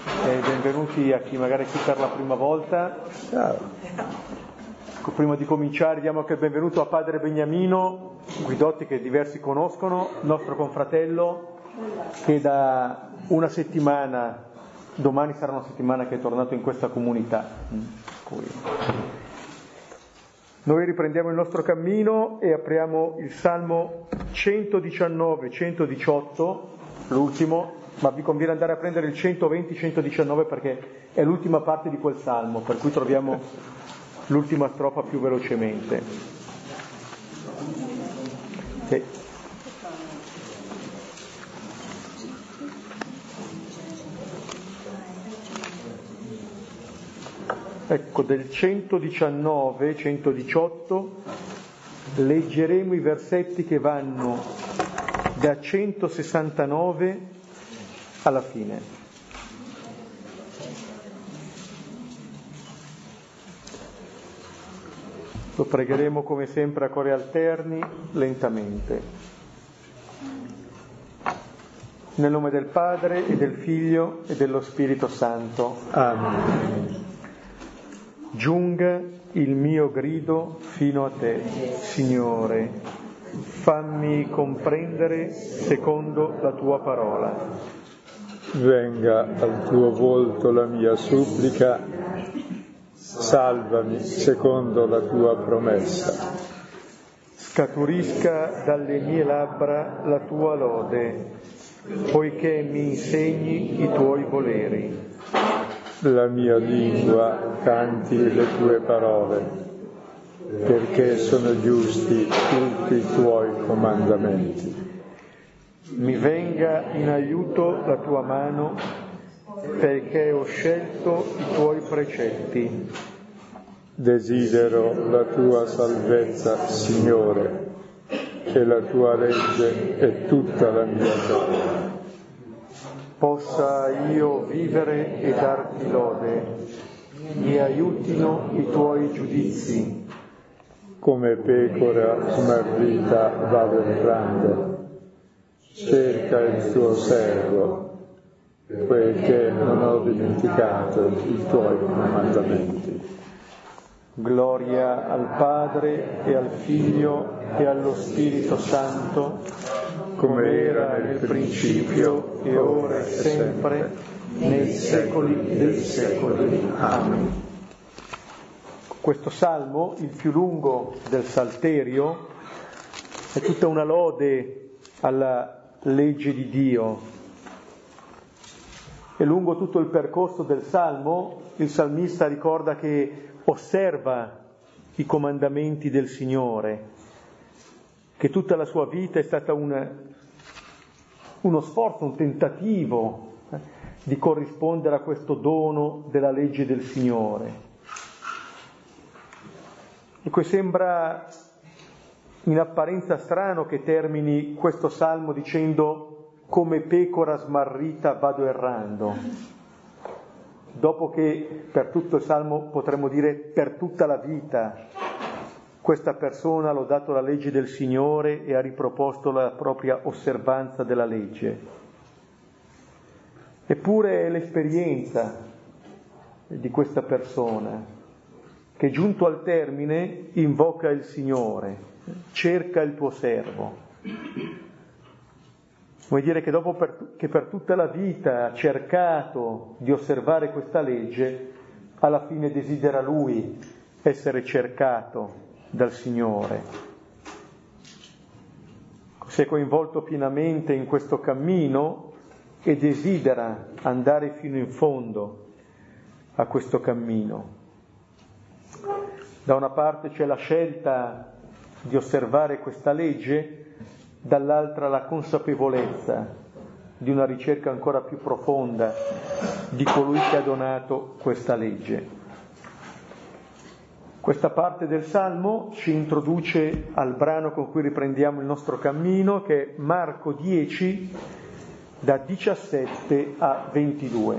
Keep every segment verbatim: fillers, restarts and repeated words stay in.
e benvenuti a chi magari è qui per la prima volta. Ciao. Prima di cominciare diamo anche il benvenuto a padre Beniamino Guidotti, che diversi conoscono, nostro confratello, che da una settimana, domani sarà una settimana che è tornato in questa comunità. Noi riprendiamo il nostro cammino e apriamo il Salmo centodiciannove centodiciotto, l'ultimo, ma vi conviene andare a prendere il centoventi centodiciannove perché è l'ultima parte di quel Salmo, per cui troviamo l'ultima strofa più velocemente. Sì. Ecco, del centodiciannove centodiciotto leggeremo i versetti che vanno da centosessantanove alla fine. Lo pregheremo come sempre a cori alterni, lentamente. Nel nome del Padre e del Figlio e dello Spirito Santo. Amen. Giunga il mio grido fino a te, Signore. Fammi comprendere secondo la tua parola. Venga al tuo volto la mia supplica. Salvami secondo la tua promessa. Scaturisca dalle mie labbra la tua lode, poiché mi insegni i tuoi voleri. La mia lingua canti le tue parole, perché sono giusti tutti i tuoi comandamenti. Mi venga in aiuto la tua mano, perché ho scelto i tuoi precetti. Desidero la tua salvezza, Signore, e la tua legge è tutta la mia gioia. Possa io vivere e darti lode, mi aiutino i tuoi giudizi. Come pecora smarrita vado errando, cerca il tuo servo, poiché non ho dimenticato i tuoi comandamenti. Gloria al Padre e al Figlio e allo Spirito Santo, come era nel principio e ora e sempre, nei secoli dei secoli. Amen. Questo salmo, il più lungo del Salterio, è tutta una lode alla legge di Dio. E lungo tutto il percorso del salmo il salmista ricorda che osserva i comandamenti del Signore, che tutta la sua vita è stata un, uno sforzo, un tentativo eh, di corrispondere a questo dono della legge del Signore. Ecco, sembra in apparenza strano che termini questo salmo dicendo come pecora smarrita vado errando, dopo che per tutto il salmo potremmo dire per tutta la vita questa persona ha lodato la legge del Signore e ha riproposto la propria osservanza della legge. Eppure è l'esperienza di questa persona che, giunto al termine, invoca il Signore, cerca il tuo servo. Vuol dire che dopo per, che per tutta la vita ha cercato di osservare questa legge, alla fine desidera lui essere cercato dal Signore. Si è coinvolto pienamente in questo cammino e desidera andare fino in fondo a questo cammino. Da una parte c'è la scelta di osservare questa legge, dall'altra la consapevolezza di una ricerca ancora più profonda di colui che ha donato questa legge. Questa parte del Salmo ci introduce al brano con cui riprendiamo il nostro cammino, che è Marco dieci, da diciassette a ventidue.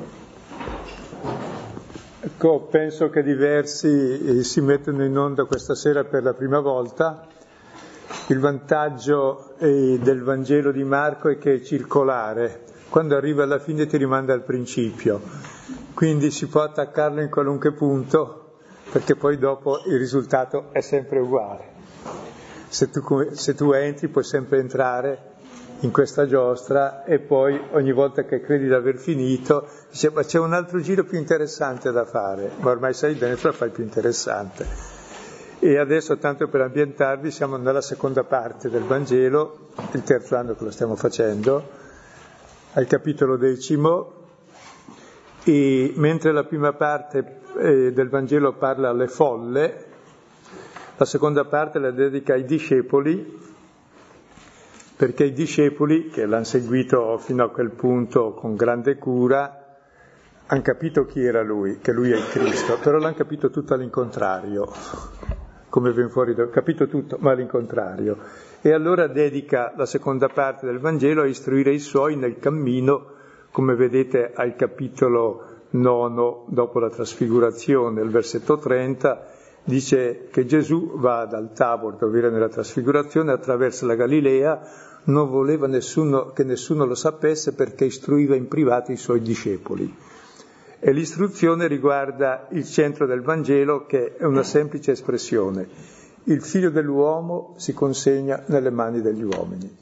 Ecco, penso che diversi si mettono in onda questa sera per la prima volta. Il vantaggio del Vangelo di Marco è che è circolare, quando arriva alla fine ti rimanda al principio, quindi si può attaccarlo in qualunque punto, perché poi dopo il risultato è sempre uguale. Se tu, se tu entri puoi sempre entrare in questa giostra e poi ogni volta che credi di aver finito dice ma c'è un altro giro più interessante da fare, ma ormai sei dentro, la fai più interessante. E adesso, tanto per ambientarvi, siamo nella seconda parte del Vangelo, il terzo anno che lo stiamo facendo, al capitolo decimo, e mentre la prima parte eh, del Vangelo parla alle folle, la seconda parte la dedica ai discepoli, perché i discepoli, che l'hanno seguito fino a quel punto con grande cura, hanno capito chi era lui, che lui è il Cristo, però l'hanno capito tutto all'incontrario, come viene fuori, hanno capito tutto, ma all'incontrario. E allora dedica la seconda parte del Vangelo a istruire i suoi nel cammino, come vedete al capitolo nono, dopo la trasfigurazione, il versetto trenta, dice che Gesù va dal Tabor, dove era nella trasfigurazione, attraversa la Galilea, non voleva nessuno, che nessuno lo sapesse perché istruiva in privato i suoi discepoli. E l'istruzione riguarda il centro del Vangelo, che è una semplice espressione: il figlio dell'uomo si consegna nelle mani degli uomini.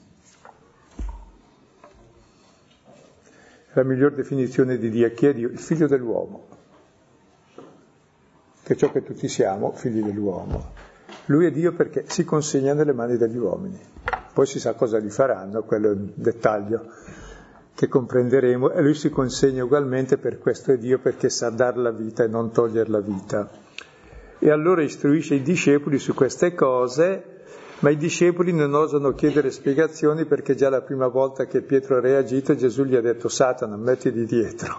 La miglior definizione di Dio, chi è Dio? Il figlio dell'uomo, che è ciò che tutti siamo, figli dell'uomo. Lui è Dio perché si consegna nelle mani degli uomini. Poi si sa cosa gli faranno, quello è un dettaglio che comprenderemo, e lui si consegna ugualmente, per questo è Dio, perché sa dar la vita e non togliere la vita. E allora istruisce i discepoli su queste cose, ma i discepoli non osano chiedere spiegazioni, perché già la prima volta che Pietro ha reagito Gesù gli ha detto: Satana, mettiti dietro.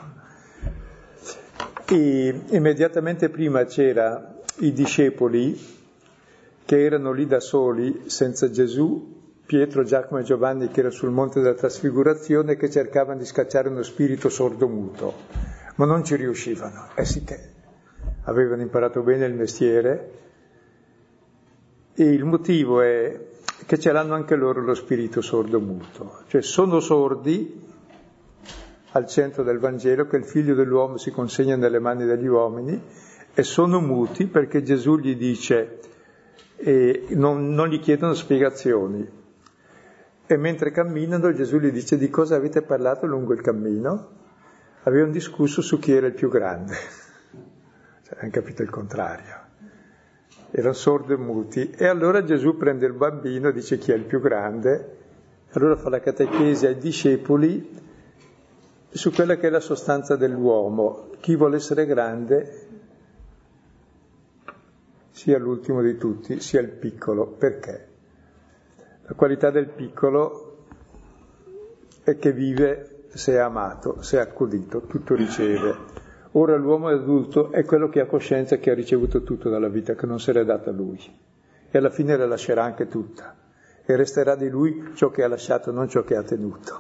E immediatamente prima c'era i discepoli che erano lì da soli, senza Gesù, Pietro, Giacomo e Giovanni, che erano sul monte della trasfigurazione, che cercavano di scacciare uno spirito sordomuto, ma non ci riuscivano. Eh sì che avevano imparato bene il mestiere, e il motivo è che ce l'hanno anche loro lo spirito sordomuto, cioè sono sordi al centro del Vangelo, che il figlio dell'uomo si consegna nelle mani degli uomini, e sono muti perché Gesù gli dice, e non, non gli chiedono spiegazioni, e mentre camminano Gesù gli dice: di cosa avete parlato lungo il cammino? Avevano discusso su chi era il più grande, cioè, hanno capito il contrario, erano sordi e muti. E allora Gesù prende il bambino e dice chi è il più grande, allora fa la catechesi ai discepoli su quella che è la sostanza dell'uomo: chi vuole essere grande sia l'ultimo di tutti, sia il piccolo. Perché? La qualità del piccolo è che vive se è amato, se è accudito, tutto riceve. Ora l'uomo adulto è quello che ha coscienza che ha ricevuto tutto dalla vita, che non se l'è data lui, e alla fine la lascerà anche tutta, e resterà di lui ciò che ha lasciato, non ciò che ha tenuto.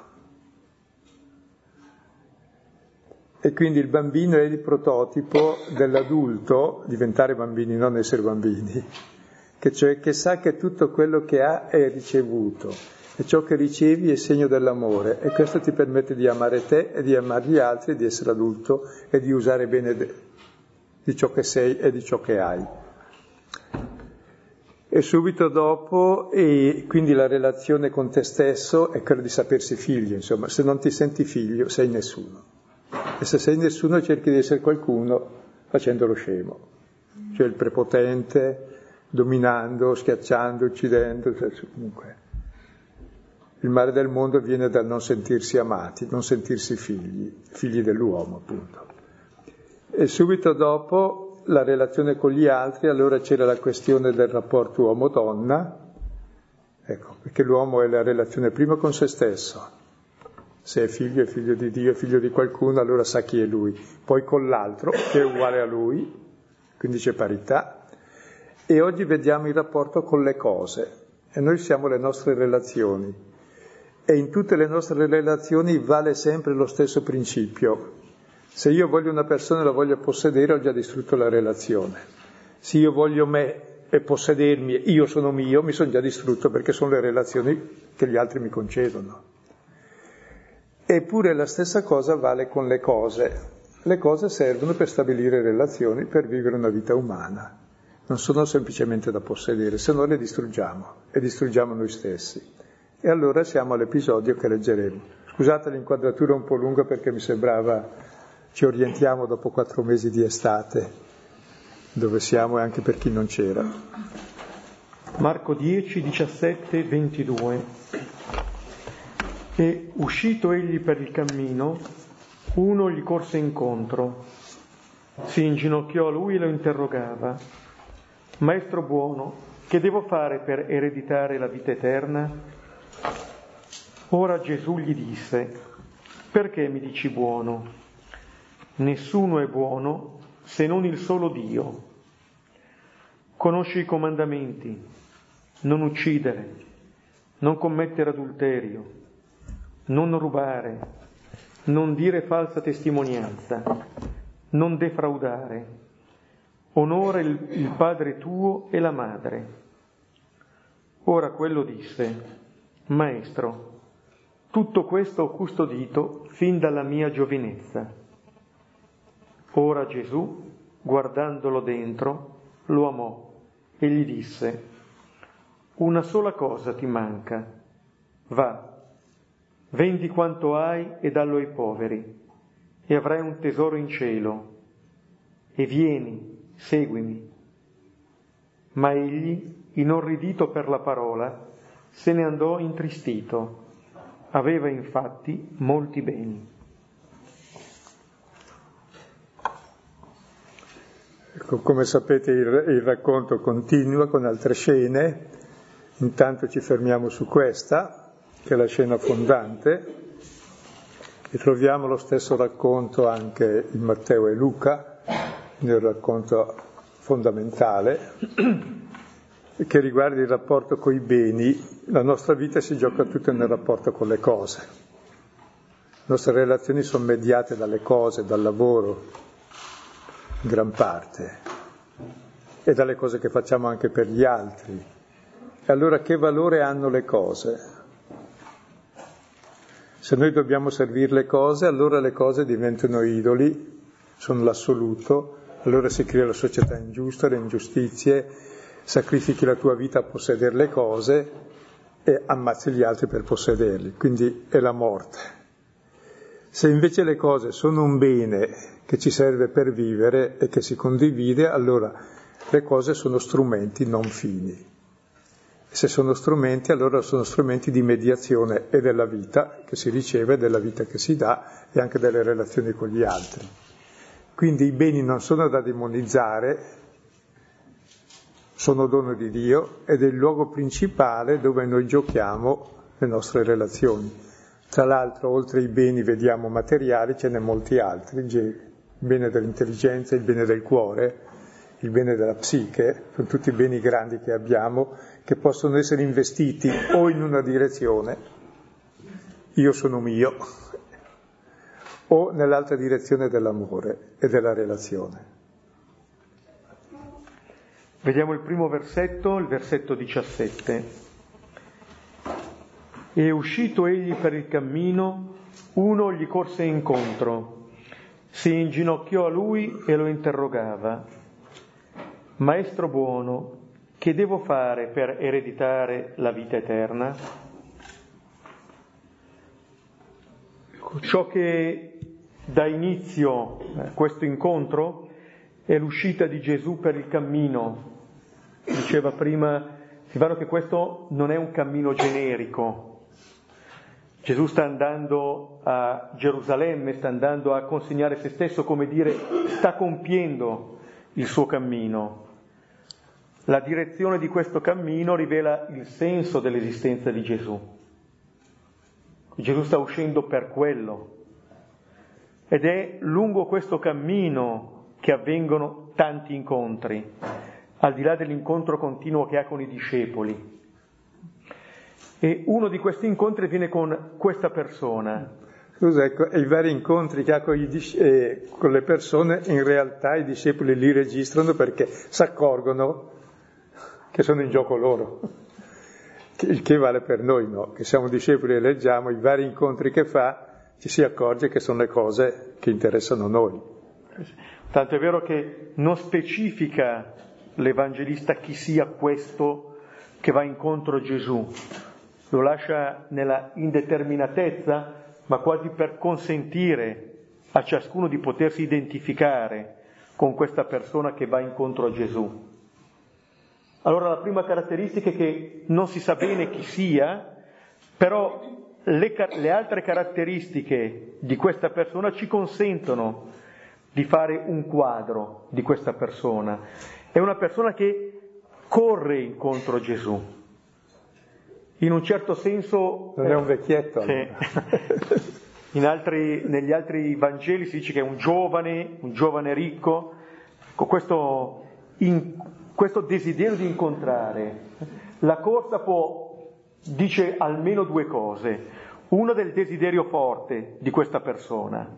E quindi il bambino è il prototipo dell'adulto, diventare bambini, non essere bambini, che cioè che sa che tutto quello che ha è ricevuto, e ciò che ricevi è segno dell'amore, e questo ti permette di amare te e di amare gli altri, e di essere adulto e di usare bene de- di ciò che sei e di ciò che hai. E subito dopo, e quindi la relazione con te stesso è quella di sapersi figlio, insomma, se non ti senti figlio sei nessuno. E se sei nessuno cerchi di essere qualcuno facendo lo scemo, cioè il prepotente, dominando, schiacciando, uccidendo, cioè, comunque. Il male del mondo viene dal non sentirsi amati, non sentirsi figli, figli dell'uomo, appunto. E subito dopo la relazione con gli altri, allora c'era la questione del rapporto uomo-donna, ecco, perché l'uomo è la relazione prima con se stesso. Se è figlio, è figlio di Dio, è figlio di qualcuno, allora sa chi è lui. Poi con l'altro, che è uguale a lui, quindi c'è parità. E oggi vediamo il rapporto con le cose, e noi siamo le nostre relazioni. E in tutte le nostre relazioni vale sempre lo stesso principio. Se io voglio una persona e la voglio possedere, ho già distrutto la relazione. Se io voglio me e possedermi, io sono mio, mi sono già distrutto, perché sono le relazioni che gli altri mi concedono. Eppure la stessa cosa vale con le cose. Le cose servono per stabilire relazioni, per vivere una vita umana. Non sono semplicemente da possedere, se no le distruggiamo e distruggiamo noi stessi. E allora siamo all'episodio che leggeremo. Scusate l'inquadratura un po' lunga perché mi sembrava ci orientiamo dopo quattro mesi di estate, dove siamo e anche per chi non c'era. Marco dieci, diciassette, ventidue. E uscito egli per il cammino, uno gli corse incontro, si inginocchiò a lui e lo interrogava: Maestro buono, che devo fare per ereditare la vita eterna? Ora Gesù gli disse: perché mi dici buono? Nessuno è buono se non il solo Dio. Conosci i comandamenti: non uccidere, non commettere adulterio, non rubare, non dire falsa testimonianza, non defraudare, onora il, il padre tuo e la madre. Ora quello disse: Maestro, tutto questo ho custodito fin dalla mia giovinezza. Ora Gesù, guardandolo dentro, lo amò e gli disse: una sola cosa ti manca, va, vendi quanto hai e dallo ai poveri, e avrai un tesoro in cielo, e vieni, seguimi. Ma egli, inorridito per la parola, se ne andò intristito. Aveva infatti molti beni. Ecco, come sapete il, il racconto continua con altre scene. Intanto ci fermiamo su questa, che è la scena fondante, e troviamo lo stesso racconto anche in Matteo e Luca, nel racconto fondamentale, che riguarda il rapporto coi beni. La nostra vita si gioca tutta nel rapporto con le cose. Le nostre relazioni sono mediate dalle cose, dal lavoro, in gran parte, e dalle cose che facciamo anche per gli altri. E allora che valore hanno le cose? Se noi dobbiamo servire le cose, allora le cose diventano idoli, sono l'assoluto, allora si crea la società ingiusta, le ingiustizie, sacrifichi la tua vita a possedere le cose e ammazzi gli altri per possederli, quindi è la morte. Se invece le cose sono un bene che ci serve per vivere e che si condivide, allora le cose sono strumenti, non fini. Se sono strumenti, allora sono strumenti di mediazione e della vita che si riceve, della vita che si dà e anche delle relazioni con gli altri. Quindi i beni non sono da demonizzare, sono dono di Dio ed è il luogo principale dove noi giochiamo le nostre relazioni. Tra l'altro, oltre ai beni, vediamo, materiali, ce n'è molti altri: il bene dell'intelligenza, il bene del cuore, il bene della psiche, sono tutti beni grandi che abbiamo, che possono essere investiti o in una direzione, io sono mio, o nell'altra direzione dell'amore e della relazione. Vediamo il primo versetto, il versetto diciassette. E uscito egli per il cammino, uno gli corse incontro, si inginocchiò a lui e lo interrogava: Maestro buono, che devo fare per ereditare la vita eterna? Ciò che dà inizio a questo incontro è l'uscita di Gesù per il cammino. Diceva prima Silvano che questo non è un cammino generico. Gesù sta andando a Gerusalemme, sta andando a consegnare se stesso, come dire, sta compiendo il suo cammino. La direzione di questo cammino rivela il senso dell'esistenza di Gesù. Gesù sta uscendo per quello. Ed è lungo questo cammino che avvengono tanti incontri, al di là dell'incontro continuo che ha con i discepoli. E uno di questi incontri viene con questa persona. Scusa, ecco, i vari incontri che ha con, gli, eh, con le persone, in realtà i discepoli li registrano perché si accorgono che sono in gioco loro. Il che vale per noi, no? Che siamo discepoli e leggiamo, i vari incontri che fa ci si accorge che sono le cose che interessano noi. Tanto è vero che non specifica l'Evangelista chi sia questo che va incontro a Gesù, lo lascia nella indeterminatezza, ma quasi per consentire a ciascuno di potersi identificare con questa persona che va incontro a Gesù. Allora la prima caratteristica è che non si sa bene chi sia, però le, le altre caratteristiche di questa persona ci consentono di fare un quadro di questa persona. È una persona che corre incontro a Gesù. In un certo senso... Non è un vecchietto. Sì. In altri, negli altri Vangeli si dice che è un giovane, un giovane ricco, con questo, in, questo desiderio di incontrare. La corsa può, dice almeno due cose. Una del desiderio forte di questa persona,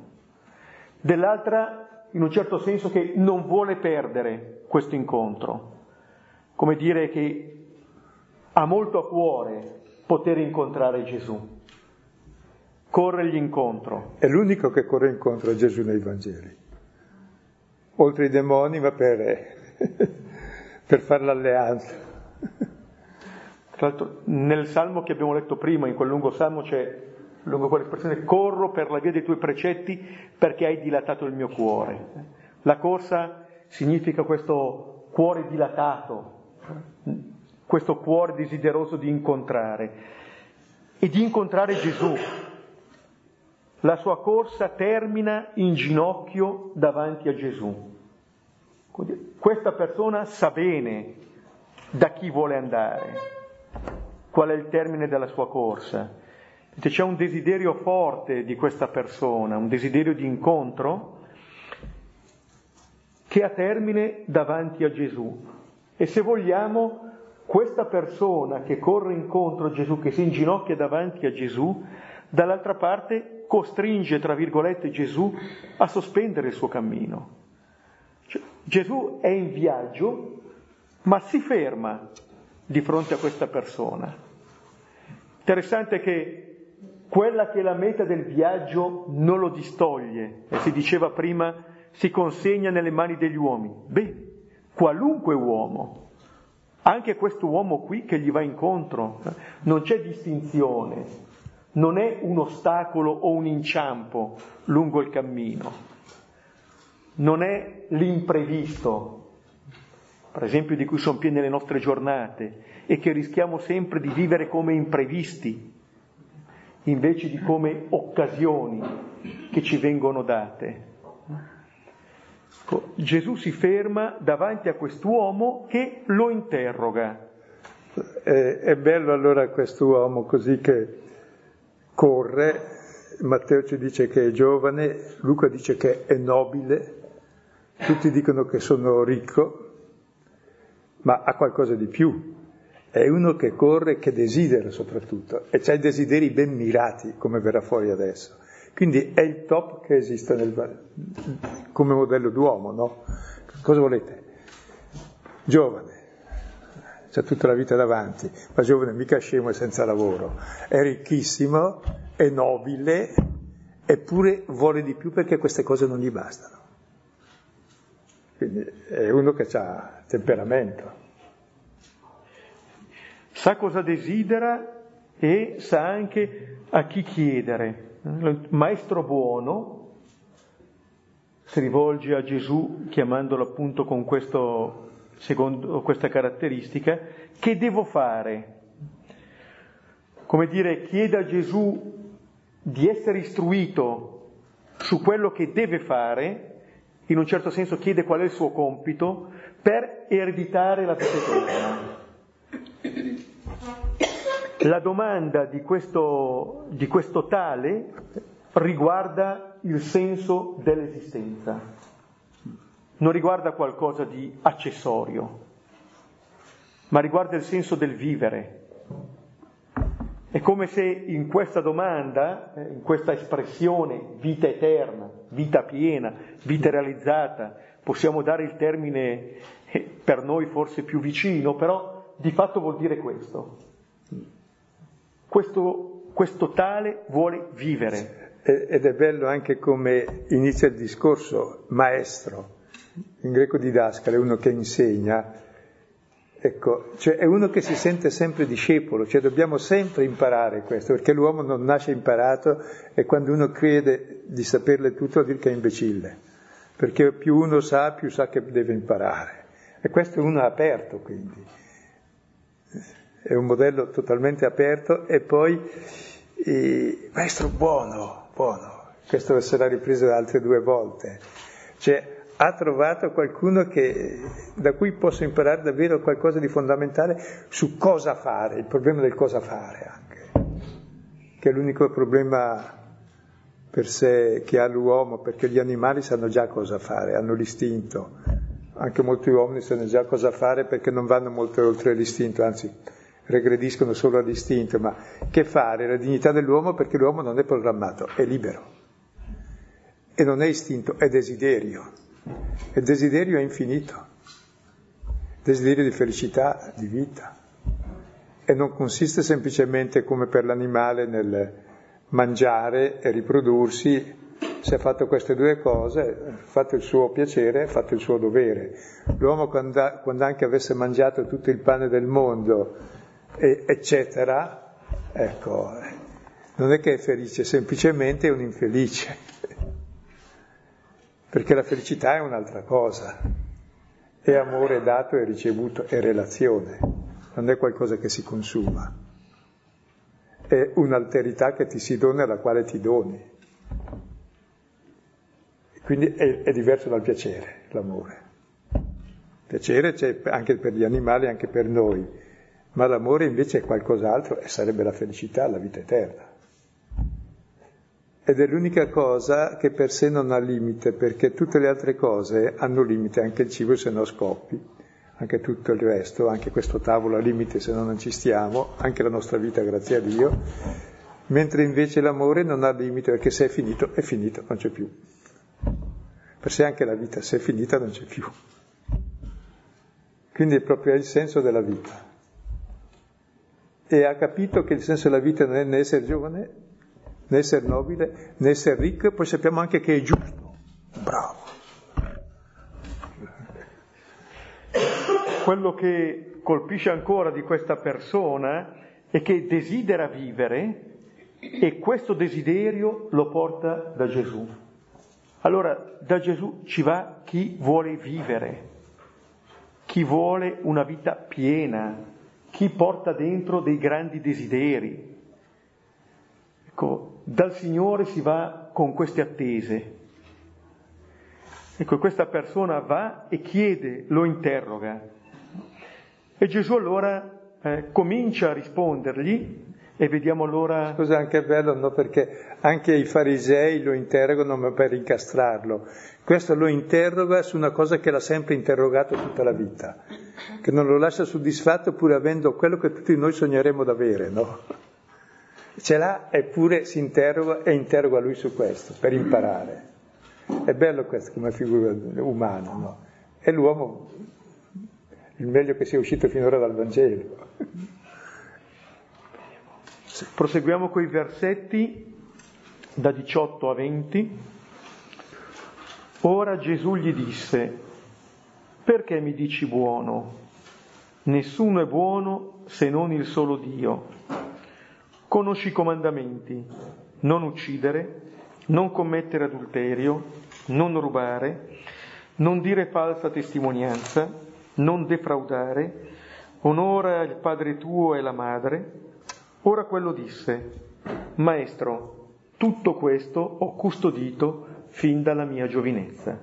dell'altra in un certo senso che non vuole perdere questo incontro. Come dire che ha molto a cuore poter incontrare Gesù. Corrergli incontro. È l'unico che corre incontro a Gesù nei Vangeli. Oltre i demoni, ma per, per fare l'alleanza. Tra l'altro, nel salmo che abbiamo letto prima, in quel lungo salmo, c'è lungo quell'espressione: corro per la via dei tuoi precetti perché hai dilatato il mio cuore. La corsa significa questo cuore dilatato, questo cuore desideroso di incontrare e di incontrare Gesù. La sua corsa termina in ginocchio davanti a Gesù. Questa persona sa bene da chi vuole andare, qual è il termine della sua corsa. C'è un desiderio forte di questa persona, un desiderio di incontro che ha termine davanti a Gesù. E se vogliamo, questa persona che corre incontro a Gesù, che si inginocchia davanti a Gesù, dall'altra parte costringe, tra virgolette, Gesù a sospendere il suo cammino. Cioè, Gesù è in viaggio, ma si ferma di fronte a questa persona. Interessante che quella che è la meta del viaggio non lo distoglie, e si diceva prima, si consegna nelle mani degli uomini. Beh, qualunque uomo, anche questo uomo qui che gli va incontro, non c'è distinzione. Non è un ostacolo o un inciampo lungo il cammino, non è l'imprevisto, per esempio, di cui sono piene le nostre giornate e che rischiamo sempre di vivere come imprevisti, invece di come occasioni che ci vengono date. Gesù si ferma davanti a quest'uomo che lo interroga. È, è bello allora quest'uomo così che corre. Matteo ci dice che è giovane, Luca dice che è nobile, tutti dicono che sono ricco, ma ha qualcosa di più. È uno che corre, che desidera soprattutto, e c'ha i desideri ben mirati, come verrà fuori adesso. Quindi è il top che esiste nel, come modello d'uomo, no? Cosa volete? Giovane, c'ha tutta la vita davanti, ma giovane mica scemo e senza lavoro, è ricchissimo, è nobile, eppure vuole di più perché queste cose non gli bastano. Quindi è uno che ha temperamento. Sa cosa desidera e sa anche a chi chiedere. Il maestro buono si rivolge a Gesù chiamandolo appunto con questo, secondo questa caratteristica: che devo fare? Come dire, chiede a Gesù di essere istruito su quello che deve fare, in un certo senso chiede qual è il suo compito per ereditare la vita eterna. La domanda di questo, di questo tale riguarda il senso dell'esistenza, non riguarda qualcosa di accessorio, ma riguarda il senso del vivere. È come se in questa domanda, in questa espressione vita eterna, vita piena, vita realizzata, possiamo dare il termine per noi forse più vicino, però di fatto vuol dire questo. Questo, questo tale vuole vivere. ed è bello anche come inizia il discorso, maestro, in greco didascalo è uno che insegna, ecco, cioè è uno che si sente sempre discepolo, cioè dobbiamo sempre imparare questo, perché l'uomo non nasce imparato e quando uno crede di saperle tutto vuol dire che è imbecille, perché più uno sa, più sa che deve imparare. E questo è uno aperto, quindi. È un modello totalmente aperto e poi, eh, maestro buono, buono, questo sarà ripreso altre due volte, cioè ha trovato qualcuno che, da cui posso imparare davvero qualcosa di fondamentale su cosa fare, il problema del cosa fare anche, che è l'unico problema per sé che ha l'uomo, perché gli animali sanno già cosa fare, hanno l'istinto, anche molti uomini sanno già cosa fare perché non vanno molto oltre l'istinto, anzi regrediscono solo all'istinto, ma che fare? La dignità dell'uomo, perché l'uomo non è programmato, è libero, e non è istinto, è desiderio. Il desiderio è infinito, desiderio di felicità, di vita, e non consiste semplicemente come per l'animale nel mangiare e riprodursi. Se ha fatto queste due cose, ha fatto il suo piacere, ha fatto il suo dovere. L'uomo quando, quando anche avesse mangiato tutto il pane del mondo, e, eccetera, ecco, non è che è felice, semplicemente è un infelice. Perché la felicità è un'altra cosa, è amore dato e ricevuto, è relazione, non è qualcosa che si consuma, è un'alterità che ti si dona e alla quale ti doni. Quindi è, è diverso dal piacere, l'amore. Il piacere c'è anche per gli animali, anche per noi, ma l'amore invece è qualcos'altro e sarebbe la felicità, la vita eterna. Ed è l'unica cosa che per sé non ha limite, perché tutte le altre cose hanno limite, anche il cibo se no scoppi, anche tutto il resto, anche questo tavolo ha limite se no non ci stiamo, anche la nostra vita grazie a Dio, mentre invece l'amore non ha limite, perché se è finito, è finito, non c'è più. Per sé anche la vita, se è finita non c'è più. Quindi è proprio il senso della vita. E ha capito che il senso della vita non è né essere giovane, né essere nobile, né essere ricco, e poi sappiamo anche che è giusto. Bravo. Quello che colpisce ancora di questa persona è che desidera vivere e questo desiderio lo porta da Gesù. Allora, da Gesù ci va chi vuole vivere, chi vuole una vita piena, chi porta dentro dei grandi desideri. Ecco, dal Signore si va con queste attese. Ecco, questa persona va e chiede, lo interroga. E Gesù allora eh, comincia a rispondergli e vediamo allora... Scusa, anche è bello, no? Perché anche i farisei lo interrogano per incastrarlo. Questo lo interroga su una cosa che l'ha sempre interrogato tutta la vita, che non lo lascia soddisfatto pur avendo quello che tutti noi sogneremmo d'avere, no? Ce l'ha eppure si interroga e interroga lui su questo, per imparare. È bello questo come figura umana, no? È l'uomo il meglio che sia uscito finora dal Vangelo. Proseguiamo coi versetti da diciotto a venti. Ora Gesù gli disse: perché mi dici buono? Nessuno è buono se non il solo Dio. Conosci i comandamenti: non uccidere, non commettere adulterio, non rubare, non dire falsa testimonianza, non defraudare, onora il padre tuo e la madre. Ora quello disse: Maestro, tutto questo ho custodito fin dalla mia giovinezza.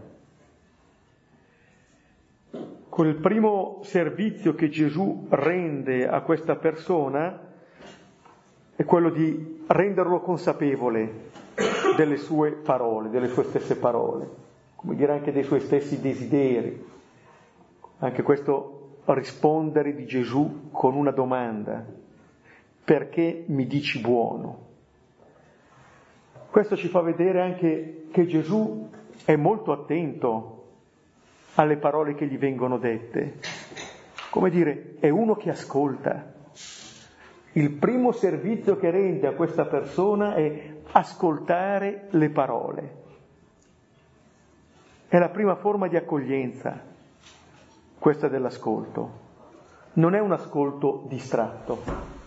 Quel primo servizio che Gesù rende a questa persona è quello di renderlo consapevole delle sue parole, delle sue stesse parole, come dire anche dei suoi stessi desideri. Anche questo rispondere di Gesù con una domanda: perché mi dici buono? Questo ci fa vedere anche che Gesù è molto attento alle parole che gli vengono dette. Come dire, è uno che ascolta. Il primo servizio che rende a questa persona è ascoltare le parole. È la prima forma di accoglienza, questa dell'ascolto. Non è un ascolto distratto.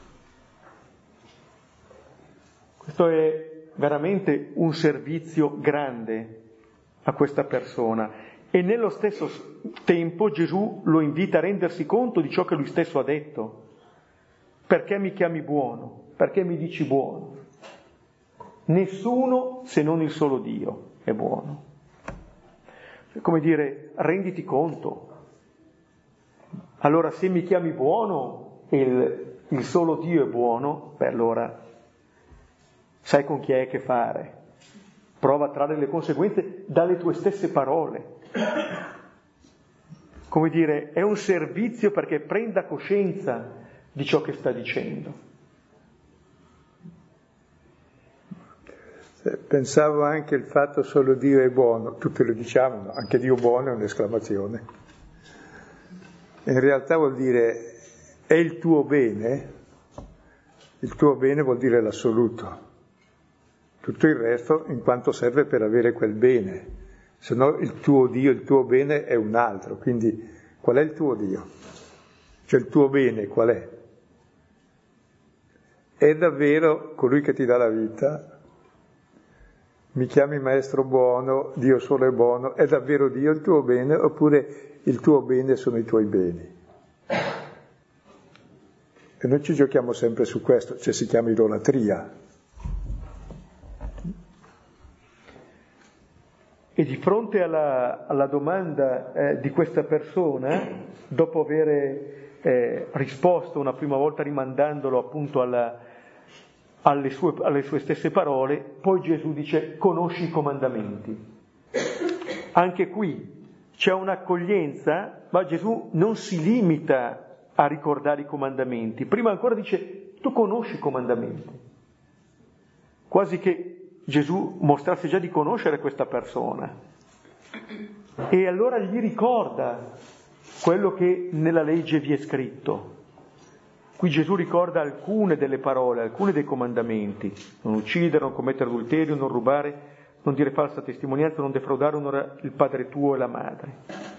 Questo è veramente un servizio grande a questa persona e nello stesso tempo Gesù lo invita a rendersi conto di ciò che lui stesso ha detto. Perché mi chiami buono? Perché mi dici buono? Nessuno se non il solo Dio è buono. È come dire, renditi conto. Allora se mi chiami buono e il, il solo Dio è buono, beh allora sai con chi hai a che fare. Prova a trarre le conseguenze dalle tue stesse parole. Come dire, è un servizio perché prenda coscienza di ciò che sta dicendo. Pensavo anche il fatto solo Dio è buono, tutti lo diciamo, no? Anche Dio buono è un'esclamazione. In realtà vuol dire è il tuo bene, il tuo bene vuol dire l'assoluto. Tutto il resto in quanto serve per avere quel bene, se no il tuo Dio, il tuo bene è un altro, quindi qual è il tuo Dio? Cioè il tuo bene qual è? È davvero colui che ti dà la vita? Mi chiami maestro buono, Dio solo è buono, è davvero Dio il tuo bene oppure il tuo bene sono i tuoi beni? E noi ci giochiamo sempre su questo, cioè si chiama idolatria. E di fronte alla, alla domanda eh, di questa persona, dopo aver eh, risposto una prima volta rimandandolo appunto alla, alle, sue, alle sue stesse parole, poi Gesù dice conosci i comandamenti. Anche qui c'è un'accoglienza, ma Gesù non si limita a ricordare i comandamenti, prima ancora dice tu conosci i comandamenti, quasi che Gesù mostrasse già di conoscere questa persona e allora gli ricorda quello che nella legge vi è scritto. Qui Gesù ricorda alcune delle parole, alcuni dei comandamenti: non uccidere, non commettere adulterio, non rubare, non dire falsa testimonianza, non defraudare, onora il padre tuo e la madre.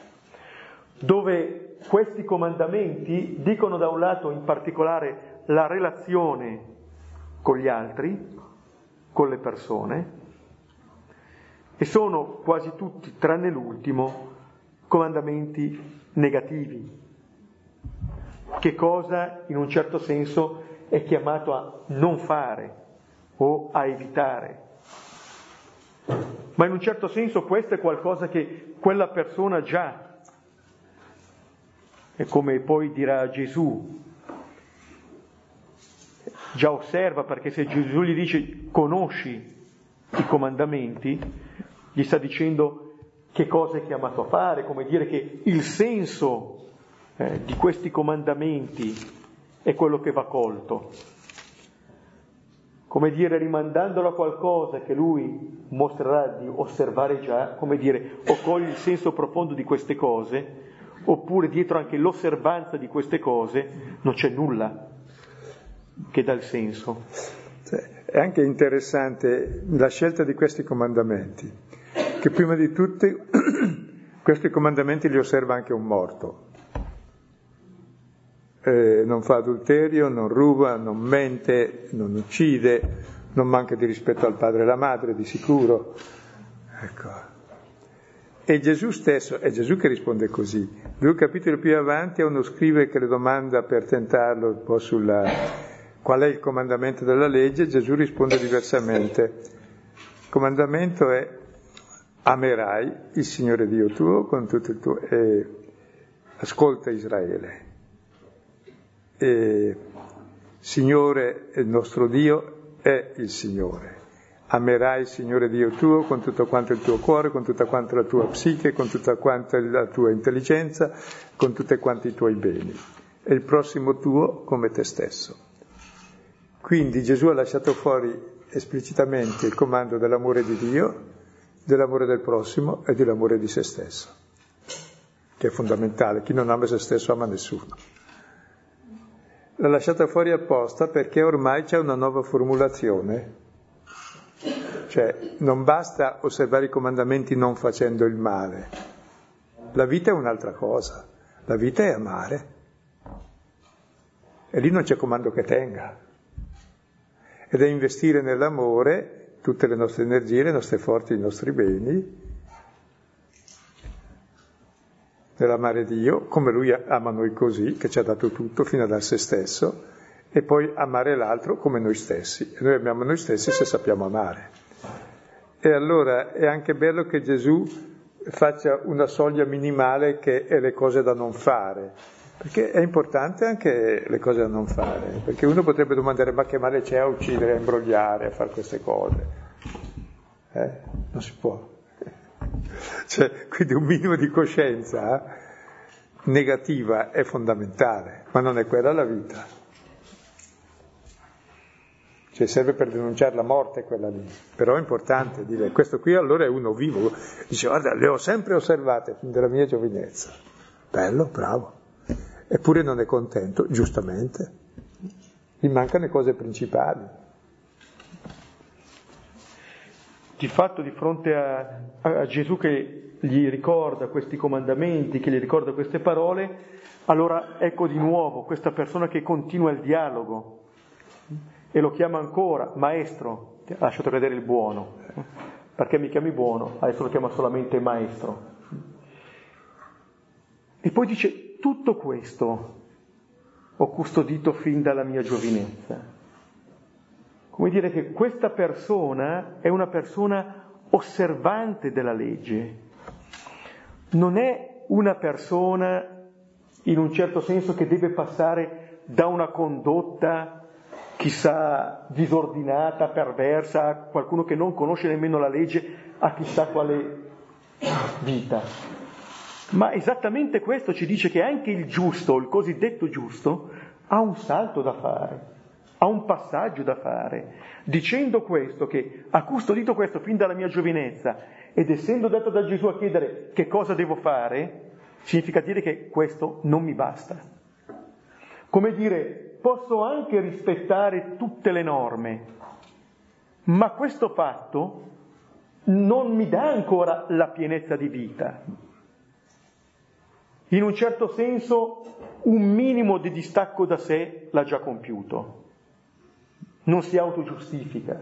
Dove questi comandamenti dicono da un lato in particolare la relazione con gli altri, con le persone, e sono quasi tutti, tranne l'ultimo, comandamenti negativi. Che cosa in un certo senso è chiamato a non fare o a evitare. Ma in un certo senso questo è qualcosa che quella persona già, e come poi dirà Gesù, già osserva, perché se Gesù gli dice conosci i comandamenti, gli sta dicendo che cosa è chiamato a fare, come dire che il senso eh, di questi comandamenti è quello che va colto, come dire rimandandolo a qualcosa che lui mostrerà di osservare già, come dire o cogli il senso profondo di queste cose, oppure dietro anche l'osservanza di queste cose non c'è nulla che dà il senso. È anche interessante la scelta di questi comandamenti, che prima di tutti questi comandamenti li osserva anche un morto. Eh, non fa adulterio, non ruba, non mente, non uccide, non manca di rispetto al padre e alla madre, di sicuro. Ecco. E Gesù stesso, è Gesù che risponde così. Due capitoli più avanti a uno scrive che le domanda per tentarlo un po' sulla qual è il comandamento della legge, Gesù risponde diversamente. Il comandamento è amerai il Signore Dio tuo con tutto il tuo... E, ascolta Israele. E, Signore, il nostro Dio è il Signore. Amerai il Signore Dio tuo con tutto quanto il tuo cuore, con tutta quanta la tua psiche, con tutta quanta la tua intelligenza, con tutti quanti i tuoi beni. E il prossimo tuo come te stesso. Quindi Gesù ha lasciato fuori esplicitamente il comando dell'amore di Dio, dell'amore del prossimo e dell'amore di se stesso, che è fondamentale. Chi non ama se stesso ama nessuno. L'ha lasciata fuori apposta perché ormai c'è una nuova formulazione. cioè non basta osservare i comandamenti non facendo il male. La vita è un'altra cosa, la vita è amare. E lì non c'è comando che tenga. Ed è investire nell'amore tutte le nostre energie, le nostre forze, i nostri beni, nell'amare Dio, come Lui ama noi così, che ci ha dato tutto fino a dar se stesso, e poi amare l'altro come noi stessi. E noi amiamo noi stessi se sappiamo amare. E allora è anche bello che Gesù faccia una soglia minimale che è le cose da non fare, perché è importante anche le cose da non fare, perché uno potrebbe domandare ma che male c'è a uccidere, a imbrogliare, a fare queste cose. Eh? Non si può. Cioè, quindi un minimo di coscienza negativa è fondamentale, ma non è quella la vita. Cioè serve per denunciare la morte quella lì, però è importante dire, questo qui allora è uno vivo, dice guarda le ho sempre osservate fin dalla mia giovinezza, bello, bravo, eppure non è contento, giustamente, gli mancano le cose principali. Di fatto di fronte a, a Gesù che gli ricorda questi comandamenti, che gli ricorda queste parole, allora ecco di nuovo questa persona che continua il dialogo e lo chiama ancora maestro, ha lasciato cadere il buono, perché mi chiami buono, adesso lo chiama solamente maestro. E poi dice tutto questo ho custodito fin dalla mia giovinezza. Come dire che questa persona è una persona osservante della legge, non è una persona in un certo senso che deve passare da una condotta chissà disordinata, perversa, qualcuno che non conosce nemmeno la legge, a chissà quale vita. Ma esattamente questo ci dice che anche il giusto, il cosiddetto giusto, ha un salto da fare, ha un passaggio da fare, dicendo questo, che ha custodito questo fin dalla mia giovinezza, ed essendo dato da Gesù a chiedere che cosa devo fare, significa dire che questo non mi basta. Come dire, posso anche rispettare tutte le norme, ma questo fatto non mi dà ancora la pienezza di vita. In un certo senso, un minimo di distacco da sé l'ha già compiuto. Non si autogiustifica.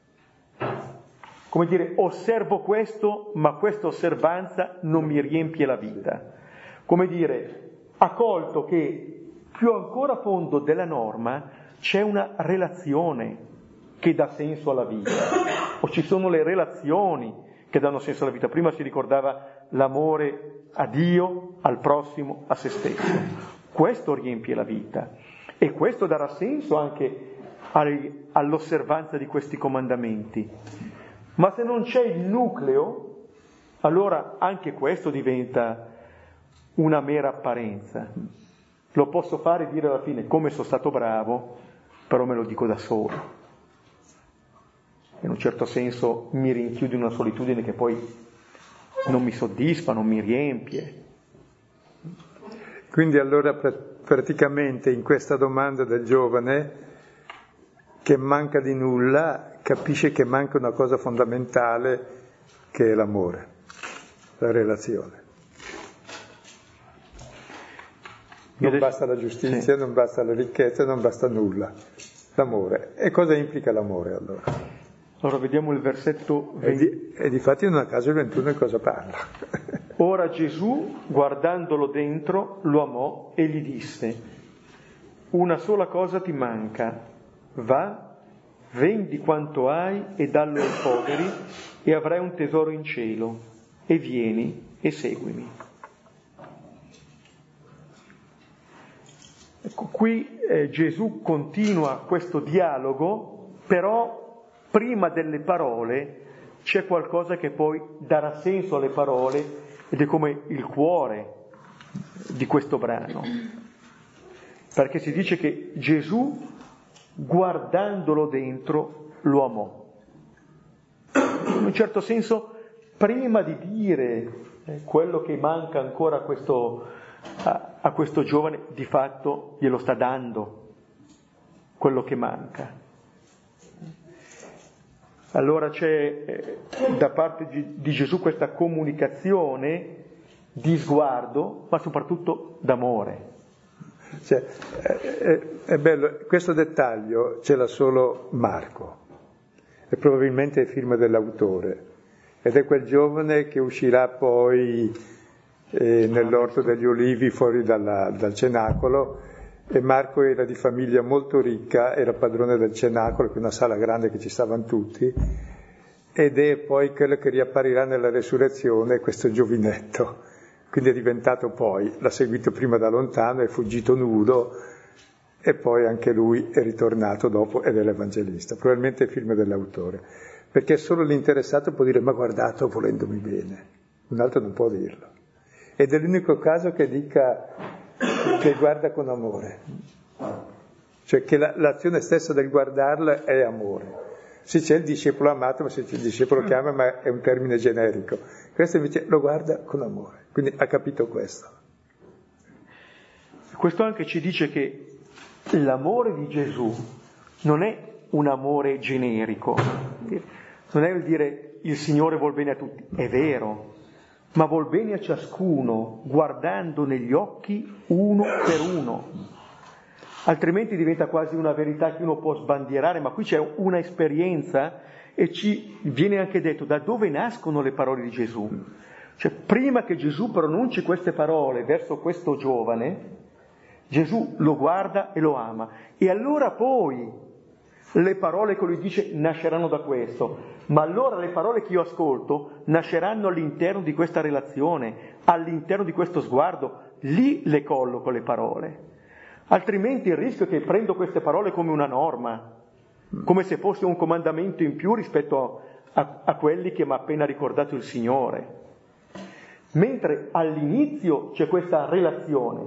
Come dire, osservo questo, ma questa osservanza non mi riempie la vita. Come dire, ha colto che più ancora a fondo della norma c'è una relazione che dà senso alla vita, o ci sono le relazioni che danno senso alla vita. Prima si ricordava l'amore a Dio, al prossimo, a se stesso. Questo riempie la vita e questo darà senso anche all'osservanza di questi comandamenti. Ma se non c'è il nucleo, allora anche questo diventa una mera apparenza. Lo posso fare e dire alla fine come sono stato bravo, però me lo dico da solo. In un certo senso mi rinchiudo in una solitudine che poi non mi soddisfa, non mi riempie. Quindi allora praticamente in questa domanda del giovane che manca di nulla, capisce che manca una cosa fondamentale che è l'amore, la relazione. Non adesso, basta la giustizia, sì. Non basta la ricchezza, non basta nulla. L'amore. E cosa implica l'amore allora? Allora vediamo il versetto venti. E, di, e difatti non a caso il ventuno di cosa parla. Ora Gesù, guardandolo dentro, lo amò e gli disse: una sola cosa ti manca, va, vendi quanto hai e dallo ai poveri e avrai un tesoro in cielo, e vieni e seguimi. Ecco, qui eh, Gesù continua questo dialogo, però prima delle parole c'è qualcosa che poi darà senso alle parole ed è come il cuore di questo brano. Perché si dice che Gesù, guardandolo dentro, lo amò. In un certo senso, prima di dire eh, quello che manca ancora a questo, a, a questo giovane, di fatto glielo sta dando quello che manca. Allora c'è eh, da parte di, di Gesù questa comunicazione di sguardo, ma soprattutto d'amore. Cioè, è, è bello, questo dettaglio ce l'ha solo Marco, e probabilmente è firma dell'autore, ed è quel giovane che uscirà poi eh, nell'orto degli Ulivi fuori dalla, dal cenacolo, e Marco era di famiglia molto ricca, era padrone del cenacolo, che è una sala grande che ci stavano tutti, ed è poi quello che riapparirà nella resurrezione, questo giovinetto. Quindi è diventato poi, l'ha seguito prima da lontano, è fuggito nudo, e poi anche lui è ritornato dopo ed è l'Evangelista. Probabilmente è il film dell'autore, perché solo l'interessato può dire ma guardato volendomi bene, un altro non può dirlo. Ed è l'unico caso che dica che guarda con amore, cioè che la, l'azione stessa del guardarla è amore. Sì, c'è il discepolo amato, ma se c'è il discepolo che ama, ma è un termine generico. Questo invece lo guarda con amore, quindi ha capito questo. Questo anche ci dice che l'amore di Gesù non è un amore generico, non è il dire il Signore vuol bene a tutti, è vero, ma vuol bene a ciascuno, guardando negli occhi uno per uno. Altrimenti diventa quasi una verità che uno può sbandierare, ma qui c'è una esperienza e ci viene anche detto da dove nascono le parole di Gesù. Cioè, prima che Gesù pronunci queste parole verso questo giovane, Gesù lo guarda e lo ama. E allora poi le parole che lui dice nasceranno da questo, ma allora le parole che io ascolto nasceranno all'interno di questa relazione, all'interno di questo sguardo, lì le colloco le parole. Altrimenti il rischio è che prendo queste parole come una norma, come se fosse un comandamento in più rispetto a, a, a quelli che mi ha appena ricordato il Signore. Mentre all'inizio c'è questa relazione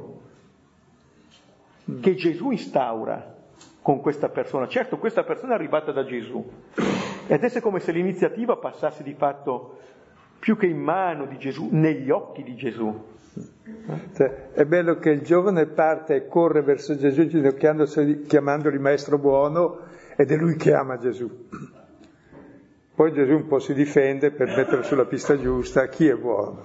che Gesù instaura con questa persona. Certo, questa persona è arrivata da Gesù e adesso è come se l'iniziativa passasse di fatto più che in mano di Gesù, negli occhi di Gesù. Cioè, è bello che il giovane parte e corre verso Gesù chiamandoli maestro buono, ed è lui che ama Gesù. Poi Gesù un po' si difende per metterlo sulla pista giusta, chi è buono?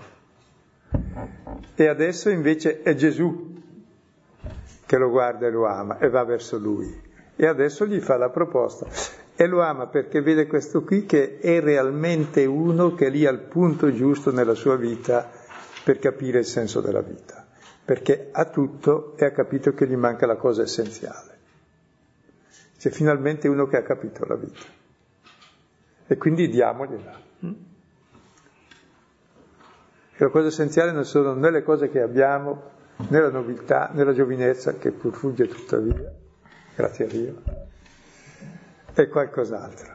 E adesso invece è Gesù che lo guarda e lo ama e va verso lui, e adesso gli fa la proposta e lo ama perché vede questo qui che è realmente uno che è lì al punto giusto nella sua vita per capire il senso della vita, perché ha tutto e ha capito che gli manca la cosa essenziale. C'è finalmente uno che ha capito la vita e quindi diamogliela. E la cosa essenziale non sono né le cose che abbiamo, né la nobiltà, né la giovinezza, che pur fugge tuttavia, grazie a Dio, è qualcos'altro.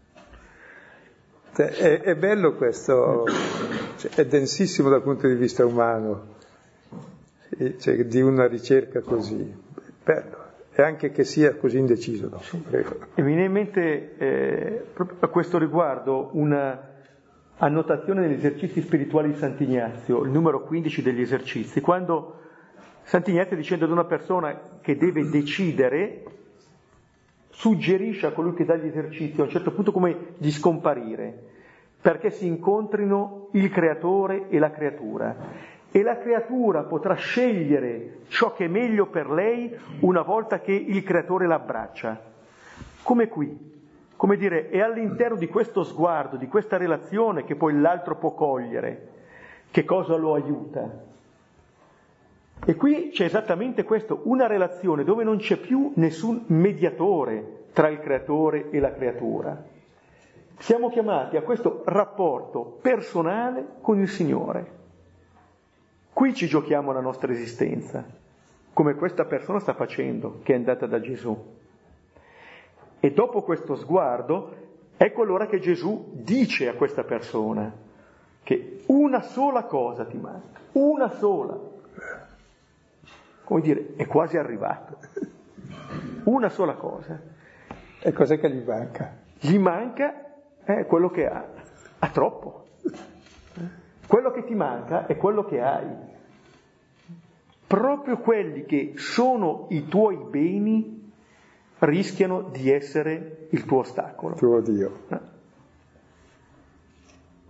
È, è bello questo, cioè, è densissimo dal punto di vista umano, cioè, di una ricerca così, bello, e anche che sia così indeciso. No? E mi viene in mente eh, proprio a questo riguardo una annotazione degli esercizi spirituali di Sant'Ignazio, il numero quindici degli esercizi, quando Sant'Ignazio, dicendo ad una persona che deve decidere, suggerisce a colui che dà gli esercizi a un certo punto come di scomparire, perché si incontrino il creatore e la creatura, e la creatura potrà scegliere ciò che è meglio per lei una volta che il creatore l'abbraccia. Come qui, come dire, è all'interno di questo sguardo, di questa relazione che poi l'altro può cogliere che cosa lo aiuta. E qui c'è esattamente questo, una relazione dove non c'è più nessun mediatore tra il creatore e la creatura. Siamo chiamati a questo rapporto personale con il Signore. Qui ci giochiamo la nostra esistenza, come questa persona sta facendo, che è andata da Gesù. E dopo questo sguardo, ecco allora che Gesù dice a questa persona che una sola cosa ti manca, una sola. Come dire, è quasi arrivato. Una sola cosa. E cos'è che gli manca? Gli manca eh, quello che ha. Ha troppo. Quello che ti manca è quello che hai. Proprio quelli che sono i tuoi beni rischiano di essere il tuo ostacolo. Tuo Dio.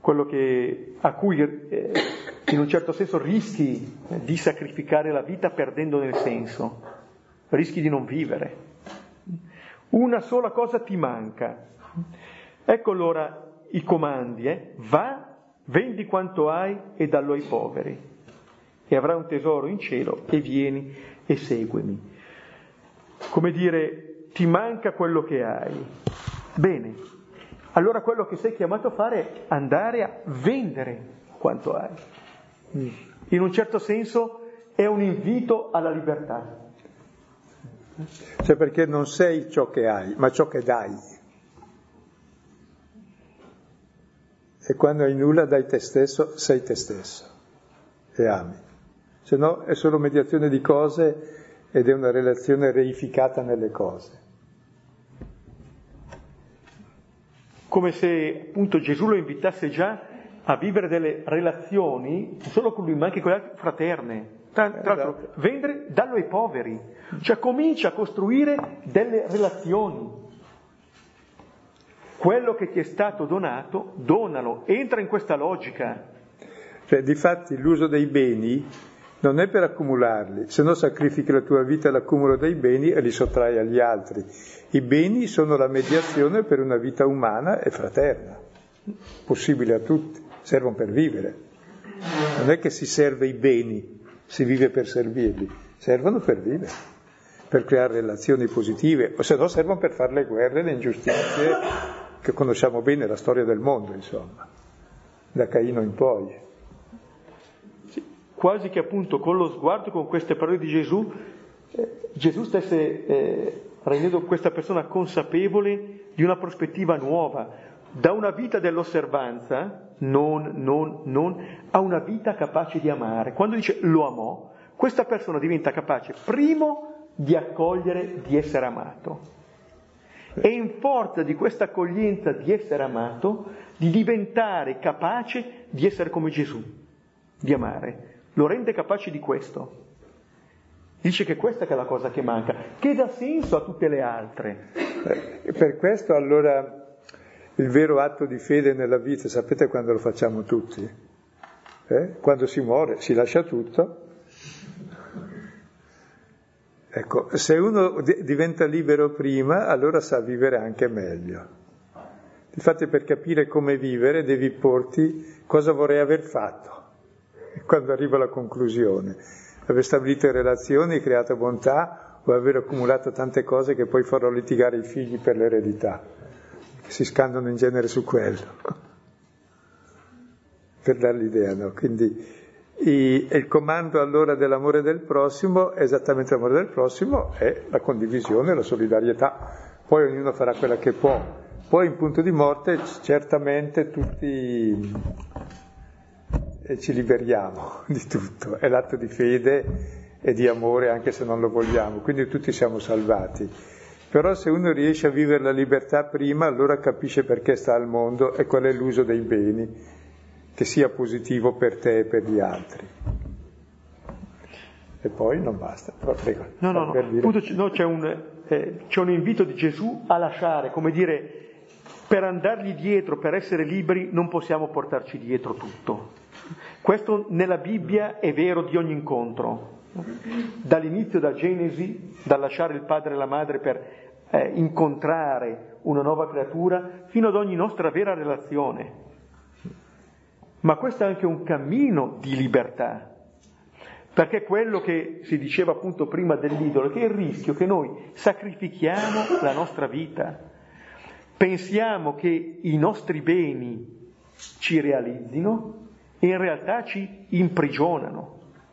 quello che, a cui eh, in un certo senso rischi di sacrificare la vita perdendone il senso, rischi di non vivere. Una sola cosa ti manca. Ecco allora i comandi, eh? Va, vendi quanto hai e dallo ai poveri, e avrai un tesoro in cielo, e vieni e seguimi. Come dire, ti manca quello che hai. Bene, allora quello che sei chiamato a fare è andare a vendere quanto hai. In un certo senso è un invito alla libertà. Cioè perché non sei ciò che hai, ma ciò che dai. E quando hai nulla dai te stesso, sei te stesso e ami. Se no è solo mediazione di cose ed è una relazione reificata nelle cose. Come se appunto Gesù lo invitasse già a vivere delle relazioni, non solo con lui ma anche con gli altri, fraterne. Tra, tra l'altro, esatto. Vendere, dallo ai poveri. Cioè comincia a costruire delle relazioni. Quello che ti è stato donato, donalo, entra in questa logica. Cioè, difatti l'uso dei beni non è per accumularli, se no sacrifichi la tua vita all'accumulo dei beni e li sottrai agli altri. I beni sono la mediazione per una vita umana e fraterna, possibile a tutti, servono per vivere. Non è che si serve i beni, si vive per servirli, servono per vivere, per creare relazioni positive, o se no servono per fare le guerre, le ingiustizie, che conosciamo bene la storia del mondo, insomma, da Caino in poi. Sì, quasi che appunto con lo sguardo, con queste parole di Gesù, eh, Gesù stesse eh, rendendo questa persona consapevole di una prospettiva nuova, da una vita dell'osservanza, non, non, non, a una vita capace di amare. Quando dice lo amò, questa persona diventa capace, primo, di accogliere, di essere amato. E in forza di questa accoglienza di essere amato, di diventare capace di essere come Gesù, di amare. Lo rende capace di questo. Dice che questa che è la cosa che manca, che dà senso a tutte le altre. E per questo allora il vero atto di fede nella vita, sapete quando lo facciamo tutti? Eh? Quando si muore, si lascia tutto. Ecco, se uno di- diventa libero prima, allora sa vivere anche meglio. Infatti per capire come vivere devi porti cosa vorrei aver fatto. Quando arriva alla conclusione, aver stabilito relazioni, creato bontà o aver accumulato tante cose che poi farò litigare i figli per l'eredità, che si scandano in genere su quello, per dare l'idea, no? Quindi I, il comando allora dell'amore del prossimo, è esattamente l'amore del prossimo, è la condivisione, la solidarietà. Poi ognuno farà quella che può. Poi in punto di morte certamente tutti eh, ci liberiamo di tutto. È l'atto di fede e di amore anche se non lo vogliamo. Quindi tutti siamo salvati. Però se uno riesce a vivere la libertà prima, allora capisce perché sta al mondo e qual è l'uso dei beni, che sia positivo per te e per gli altri. E poi non basta. Prego, no, no, no. Appunto, no c'è, un, eh, c'è un invito di Gesù a lasciare, come dire, per andargli dietro, per essere liberi, non possiamo portarci dietro tutto. Questo nella Bibbia è vero di ogni incontro. Dall'inizio, da Genesi, dal lasciare il padre e la madre per eh, incontrare una nuova creatura, fino ad ogni nostra vera relazione. Ma questo è anche un cammino di libertà, perché quello che si diceva appunto prima dell'idolo, che è il rischio che noi sacrifichiamo la nostra vita, pensiamo che i nostri beni ci realizzino e in realtà ci imprigionano.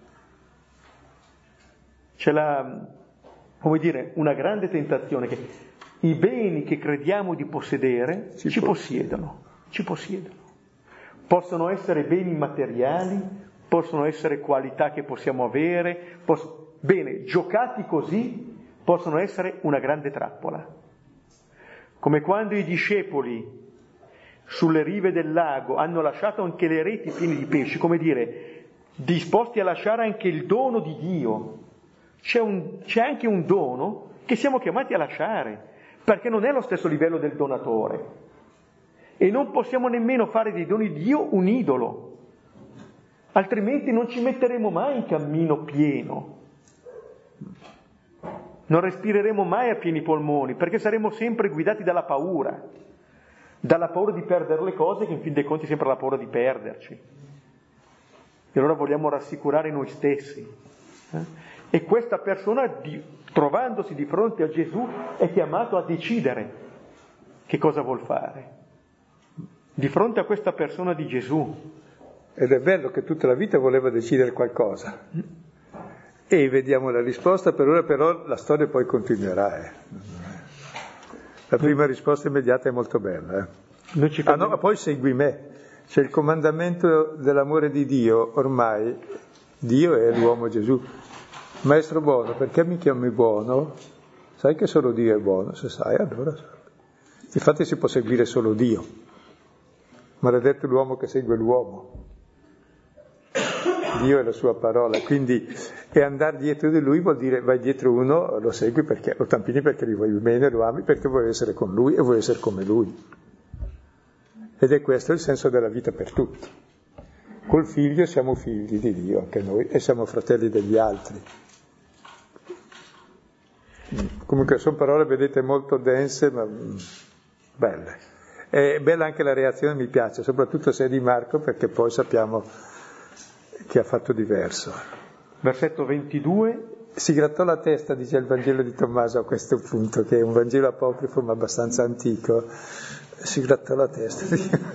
C'è la, come dire, una grande tentazione che i beni che crediamo di possedere ci, ci possiedono, ci possiedono. Possono essere beni materiali, possono essere qualità che possiamo avere, poss- bene, giocati così possono essere una grande trappola. Come quando i discepoli sulle rive del lago hanno lasciato anche le reti piene di pesci, come dire, disposti a lasciare anche il dono di Dio. C'è, un, c'è anche un dono che siamo chiamati a lasciare, perché non è lo stesso livello del donatore. E non possiamo nemmeno fare dei doni di Dio un idolo, altrimenti non ci metteremo mai in cammino pieno. Non respireremo mai a pieni polmoni, perché saremo sempre guidati dalla paura, dalla paura di perdere le cose, che in fin dei conti è sempre la paura di perderci. E allora vogliamo rassicurare noi stessi. Eh? E questa persona, di, trovandosi di fronte a Gesù, è chiamato a decidere che cosa vuol fare. Di fronte a questa persona di Gesù. Ed è bello che tutta la vita voleva decidere qualcosa. E vediamo la risposta, per ora però la storia poi continuerà. Eh. La prima risposta immediata è molto bella. Eh. Noi ci ah no, poi segui me. C'è il comandamento dell'amore di Dio, ormai Dio è l'uomo Gesù. Maestro buono, perché mi chiami buono? Sai che solo Dio è buono? Se sai, allora. Infatti si può seguire solo Dio. Maledetto l'uomo che segue l'uomo. Dio è la sua parola, quindi e andare dietro di lui vuol dire vai dietro uno, lo segui perché lo tampini perché gli vuoi bene, lo ami perché vuoi essere con lui e vuoi essere come lui. Ed è questo il senso della vita per tutti. Col figlio siamo figli di Dio anche noi e siamo fratelli degli altri. Comunque sono parole, vedete, molto dense ma belle. È bella anche la reazione, mi piace, soprattutto se è di Marco, perché poi sappiamo che ha fatto diverso. Versetto ventidue. Si grattò la testa, dice il Vangelo di Tommaso a questo punto, che è un Vangelo apocrifo ma abbastanza antico. Si grattò la testa.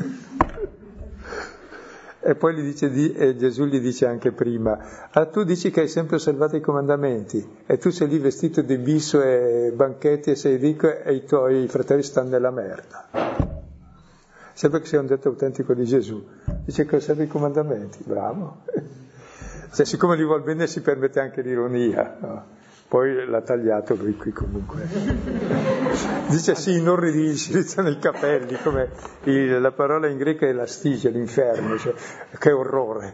E poi gli dice, e Gesù gli dice anche prima, ah, tu dici che hai sempre osservato i comandamenti e tu sei lì vestito di biso e banchetti e sei ricco e i tuoi fratelli stanno nella merda. Sembra che sia un detto autentico di Gesù. Dice che osserva i comandamenti, bravo. Cioè, siccome gli vuol bene si permette anche l'ironia, no? Poi l'ha tagliato lui qui comunque. Dice sì, inorridisci, iniziano i capelli, come il, la parola in greco è lastige, l'inferno, cioè, che orrore.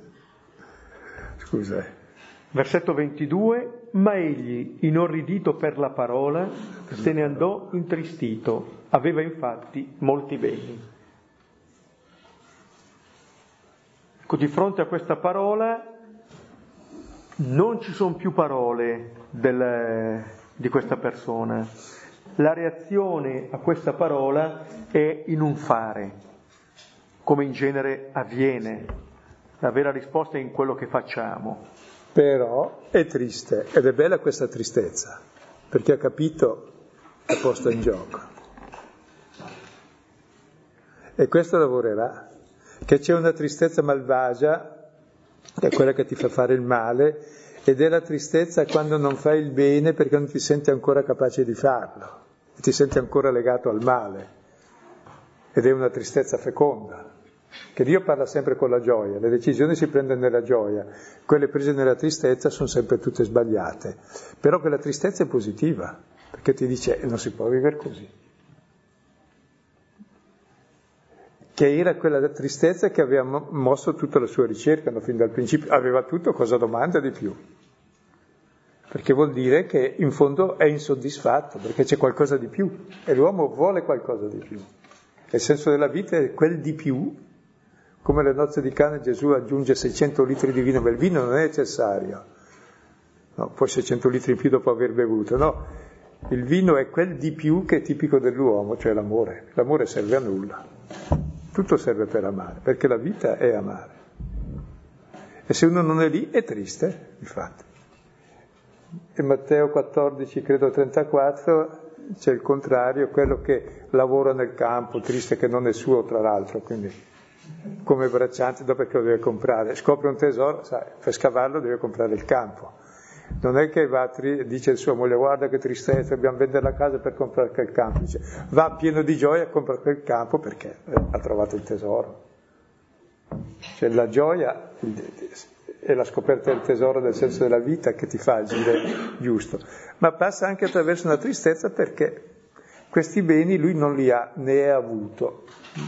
Scusa. Versetto ventidue, ma egli, inorridito per la parola, se ne andò intristito, aveva infatti molti beni. Ecco, di fronte a questa parola non ci sono più parole del, di questa persona. La reazione a questa parola è in un fare, come in genere avviene. La vera risposta è in quello che facciamo. Però è triste, ed è bella questa tristezza, perché ha capito la posta in gioco. E questo lavorerà, che c'è una tristezza malvagia, che è quella che ti fa fare il male, ed è la tristezza quando non fai il bene perché non ti senti ancora capace di farlo, ti senti ancora legato al male, ed è una tristezza feconda, che Dio parla sempre con la gioia, le decisioni si prendono nella gioia, quelle prese nella tristezza sono sempre tutte sbagliate, però quella tristezza è positiva, perché ti dice non si può vivere così. Che era quella tristezza che aveva mosso tutta la sua ricerca, no? Fin dal principio. Aveva tutto, cosa domanda di più? Perché vuol dire che in fondo è insoddisfatto, perché c'è qualcosa di più, e l'uomo vuole qualcosa di più. E il senso della vita è quel di più, come le nozze di Cana Gesù aggiunge seicento litri di vino, ma il vino non è necessario, no? Poi seicento litri in più dopo aver bevuto, no? Il vino è quel di più che è tipico dell'uomo, cioè l'amore. L'amore serve a nulla. Tutto serve per amare, perché la vita è amare. E se uno non è lì, è triste, infatti. In Matteo quattordici, credo trentaquattro, c'è il contrario, quello che lavora nel campo, triste che non è suo, tra l'altro, quindi come bracciante, dopo che lo deve comprare. Scopre un tesoro, sai, per scavarlo deve comprare il campo. Non è che va, dice sua moglie, guarda che tristezza, dobbiamo vendere la casa per comprare quel campo. Dice, va pieno di gioia a comprare quel campo perché ha trovato il tesoro. Cioè la gioia è la scoperta del tesoro, del senso della vita, che ti fa agire giusto. Ma passa anche attraverso una tristezza perché questi beni lui non li ha, ne è avuto.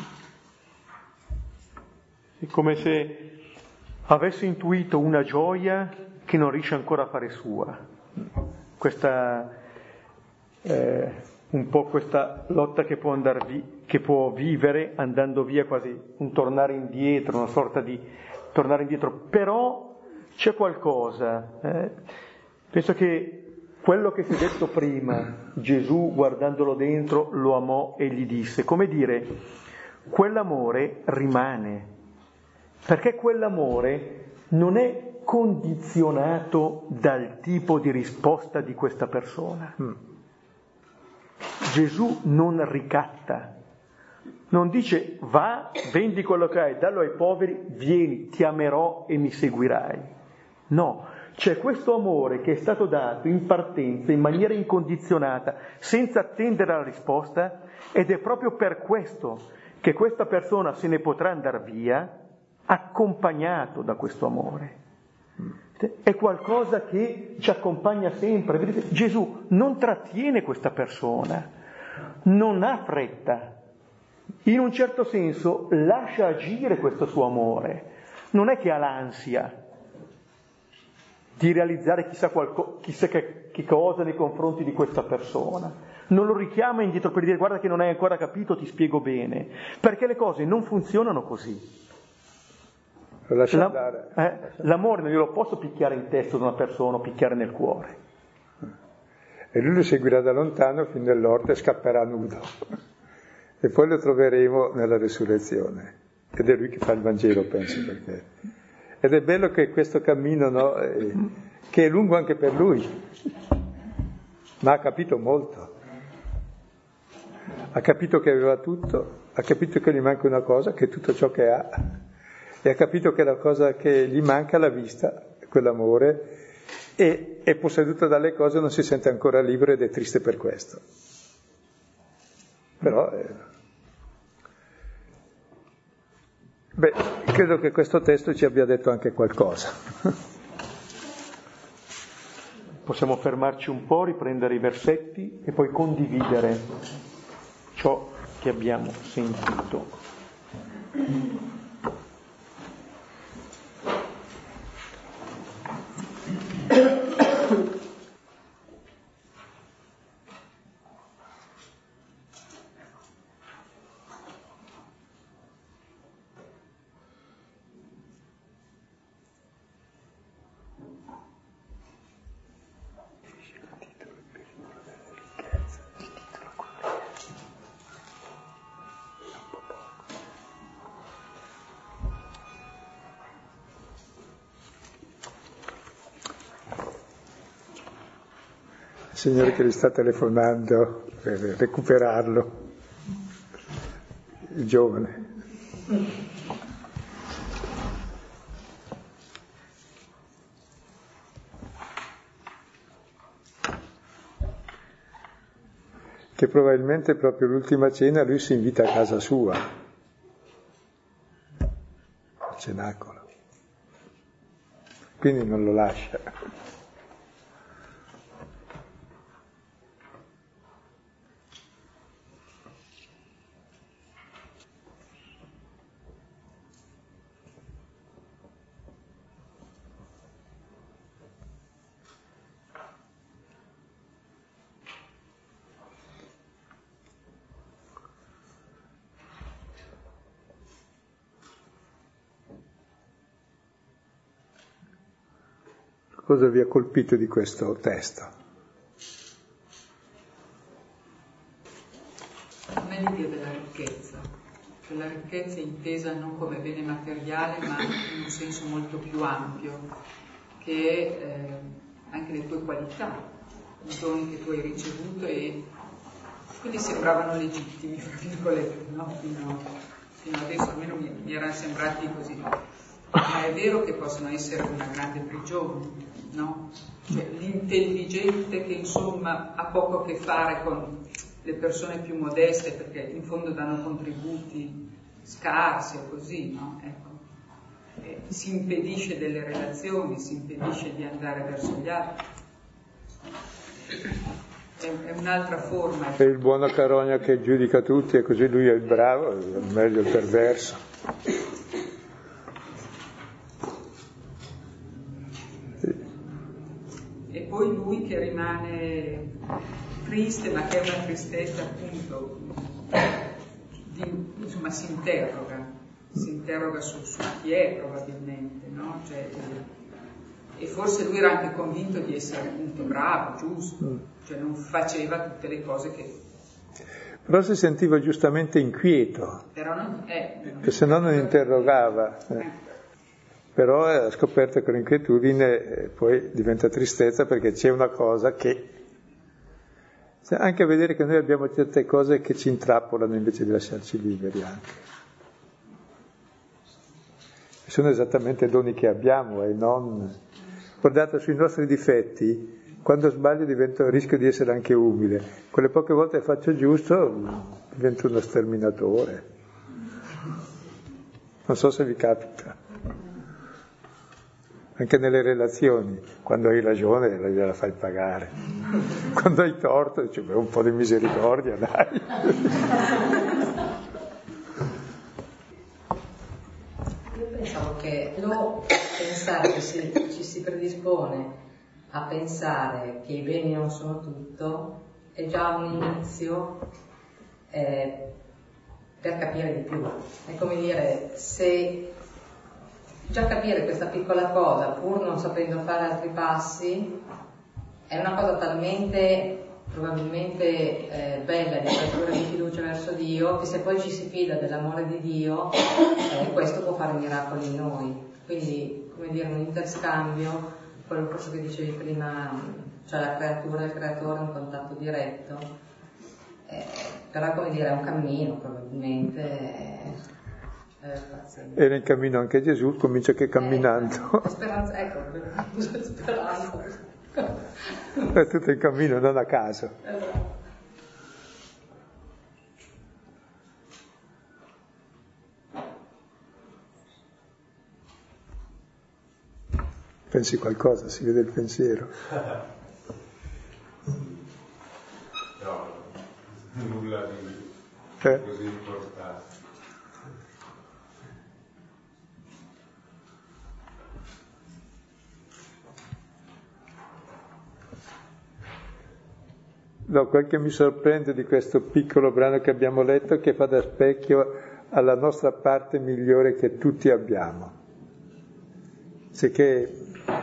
È come se avesse intuito una gioia che non riesce ancora a fare sua. Questa, eh, un po' questa lotta che può, andar vi- che può vivere andando via, quasi un tornare indietro, una sorta di tornare indietro, però c'è qualcosa. Eh? Penso che quello che si è detto prima, Gesù guardandolo dentro lo amò e gli disse, come dire, quell'amore rimane, perché quell'amore non è condizionato dal tipo di risposta di questa persona. Mm. Gesù non ricatta, non dice va, vendi quello che hai, dallo ai poveri, vieni, ti amerò e mi seguirai. No, c'è questo amore che è stato dato in partenza, in maniera incondizionata, senza attendere la risposta, ed è proprio per questo che questa persona se ne potrà andare via accompagnato da questo amore. È qualcosa che ci accompagna sempre. Vedete, Gesù non trattiene questa persona, non ha fretta, in un certo senso lascia agire questo suo amore, non è che ha l'ansia di realizzare chissà, qualco, chissà che, che cosa nei confronti di questa persona, non lo richiama indietro per dire guarda che non hai ancora capito, ti spiego bene, perché le cose non funzionano così. Lo lascia La, andare. Eh, l'amore non glielo posso picchiare in testa di una persona o picchiare nel cuore. E lui lo seguirà da lontano fin nell'orto e scapperà nudo. E poi lo troveremo nella resurrezione. Ed è lui che fa il Vangelo, penso, perché... Ed è bello che questo cammino, no, eh, che è lungo anche per lui, ma ha capito molto. Ha capito che aveva tutto, ha capito che gli manca una cosa, che è tutto ciò che ha, e ha capito che la cosa che gli manca è la vista, quell'amore, e è posseduto dalle cose, non si sente ancora libero ed è triste per questo. Però... Eh, Beh, credo che questo testo ci abbia detto anche qualcosa. Possiamo fermarci un po', riprendere i versetti e poi condividere ciò che abbiamo sentito. Signore che gli sta telefonando per recuperarlo, il giovane. Che probabilmente proprio l'ultima cena lui si invita a casa sua, al cenacolo, quindi non lo lascia. Cosa vi ha colpito di questo testo? A me l'idea della ricchezza, cioè la ricchezza è intesa non come bene materiale ma in un senso molto più ampio, che è eh, anche le tue qualità, i doni che tu hai ricevuto e quindi sembravano legittimi, fra virgolette, no? fino, fino adesso almeno mi, mi erano sembrati così. Ma è vero che possono essere una grande prigione, no? Cioè, l'intelligente che insomma ha poco a che fare con le persone più modeste perché in fondo danno contributi scarsi o così, no? Ecco. E si impedisce delle relazioni, si impedisce di andare verso gli altri. È, è un'altra forma. È il buono carogna che giudica tutti e così lui è il bravo, è meglio il perverso. E poi lui che rimane triste, ma che è una tristezza appunto, di, insomma si interroga, si interroga su, su chi è probabilmente, no? Cioè, e forse lui era anche convinto di essere appunto bravo, giusto, cioè non faceva tutte le cose che... Però si sentiva giustamente inquieto, Però non, eh, non e se no non interrogava. Eh. Però ha scoperto che l'inquietudine eh, poi diventa tristezza perché c'è una cosa che... Cioè, anche a vedere che noi abbiamo certe cose che ci intrappolano invece di lasciarci liberi anche. Sono esattamente doni che abbiamo e non... Guardate, sui nostri difetti... Quando sbaglio divento, rischio di essere anche umile. Quelle poche volte che faccio giusto divento uno sterminatore. Non so se vi capita. Anche nelle relazioni, quando hai ragione la fai pagare. Quando hai torto dici, beh, un po' di misericordia, dai. Io pensavo che lo pensare che si, ci si predispone a pensare che i beni non sono tutto è già un inizio eh, per capire di più. È come dire, se già capire questa piccola cosa pur non sapendo fare altri passi è una cosa talmente probabilmente eh, bella di apertura di fiducia verso Dio, che se poi ci si fida dell'amore di Dio eh, questo può fare miracoli in noi. Quindi, come dire, un interscambio, quello forse che dicevi prima, cioè la creatura e il creatore, un contatto diretto, eh, però come dire è un cammino probabilmente. Eh, Era in cammino anche Gesù, comincia che camminando. Eh, speranza, ecco, speranza. È tutto in cammino, non a caso. Esatto. Pensi qualcosa, si vede il pensiero. No, nulla di eh? così importante. No, quel che mi sorprende di questo piccolo brano che abbiamo letto è che fa da specchio alla nostra parte migliore che tutti abbiamo. Cioè che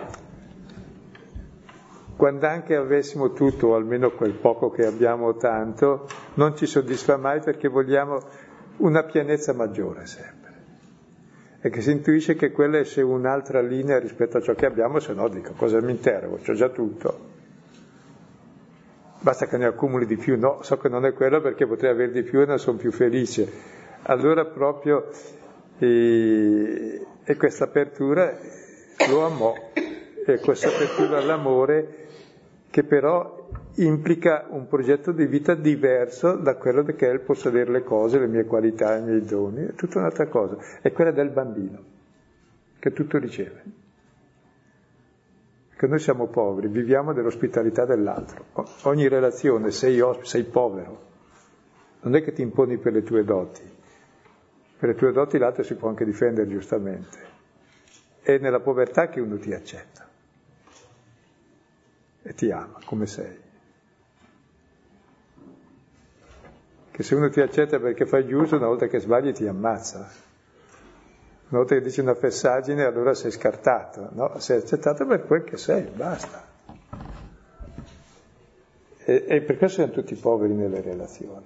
quando anche avessimo tutto, o almeno quel poco che abbiamo tanto, non ci soddisfa mai perché vogliamo una pienezza maggiore sempre. E che si intuisce che quella è se un'altra linea rispetto a ciò che abbiamo, se no dico, cosa mi interrogo? C'ho già tutto. Basta che ne accumuli di più. No, so che non è quello perché potrei avere di più e non sono più felice. Allora proprio e, e questa apertura lo amò, e questa apertura all'amore che però implica un progetto di vita diverso da quello che è il possedere le cose, le mie qualità, i miei doni, è tutta un'altra cosa, è quella del bambino che tutto riceve. Che noi siamo poveri, viviamo dell'ospitalità dell'altro. Ogni relazione, sei ospite, sei povero. Non è che ti imponi per le tue doti. Per le tue doti l'altro si può anche difendere giustamente. È nella povertà che uno ti accetta. E ti ama come sei. Che se uno ti accetta perché fai giusto, una volta che sbagli ti ammazza. Una volta che dici una fessaggine, allora sei scartato, no? Sei accettato per quel che sei, basta. E, e per questo siamo tutti poveri nelle relazioni.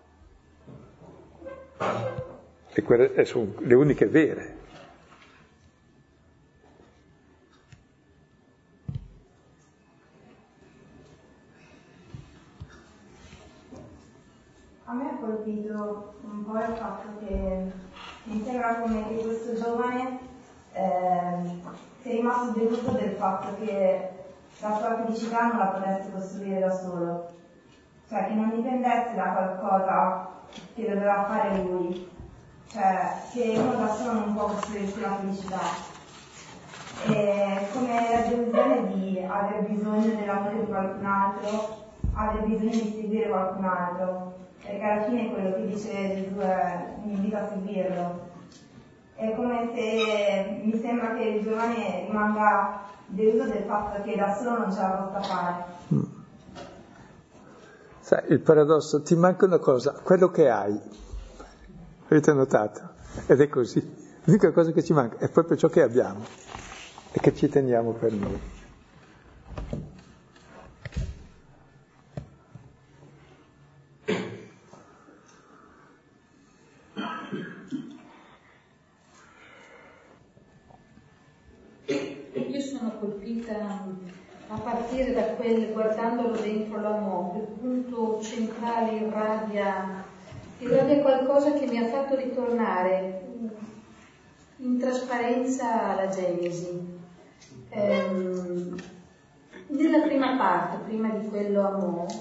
E quelle sono le uniche vere. A me ha colpito un po' il fatto che mi sembra come che questo giovane eh, sia rimasto deluso del fatto che la sua felicità non la potesse costruire da solo, cioè che non dipendesse da qualcosa che doveva fare lui, cioè che uno da solo non può costruirsi la felicità. E come la delusione di aver bisogno dell'amore di qualcun altro, aver bisogno di seguire qualcun altro. Perché alla fine quello che dice Gesù è mi invita a seguirlo. È come se mi sembra che il giovane rimanga deluso del fatto che da solo non ce la possa fare. Sai, il paradosso, ti manca una cosa, quello che hai. Avete notato? Ed è così. L'unica cosa che ci manca è proprio ciò che abbiamo e che ci teniamo per noi. Io sono colpita a partire da quel, guardandolo dentro l'amore, il punto centrale irradia, irradia qualcosa che mi ha fatto ritornare in trasparenza alla Genesi. Ehm, nella prima parte, prima di quello amore,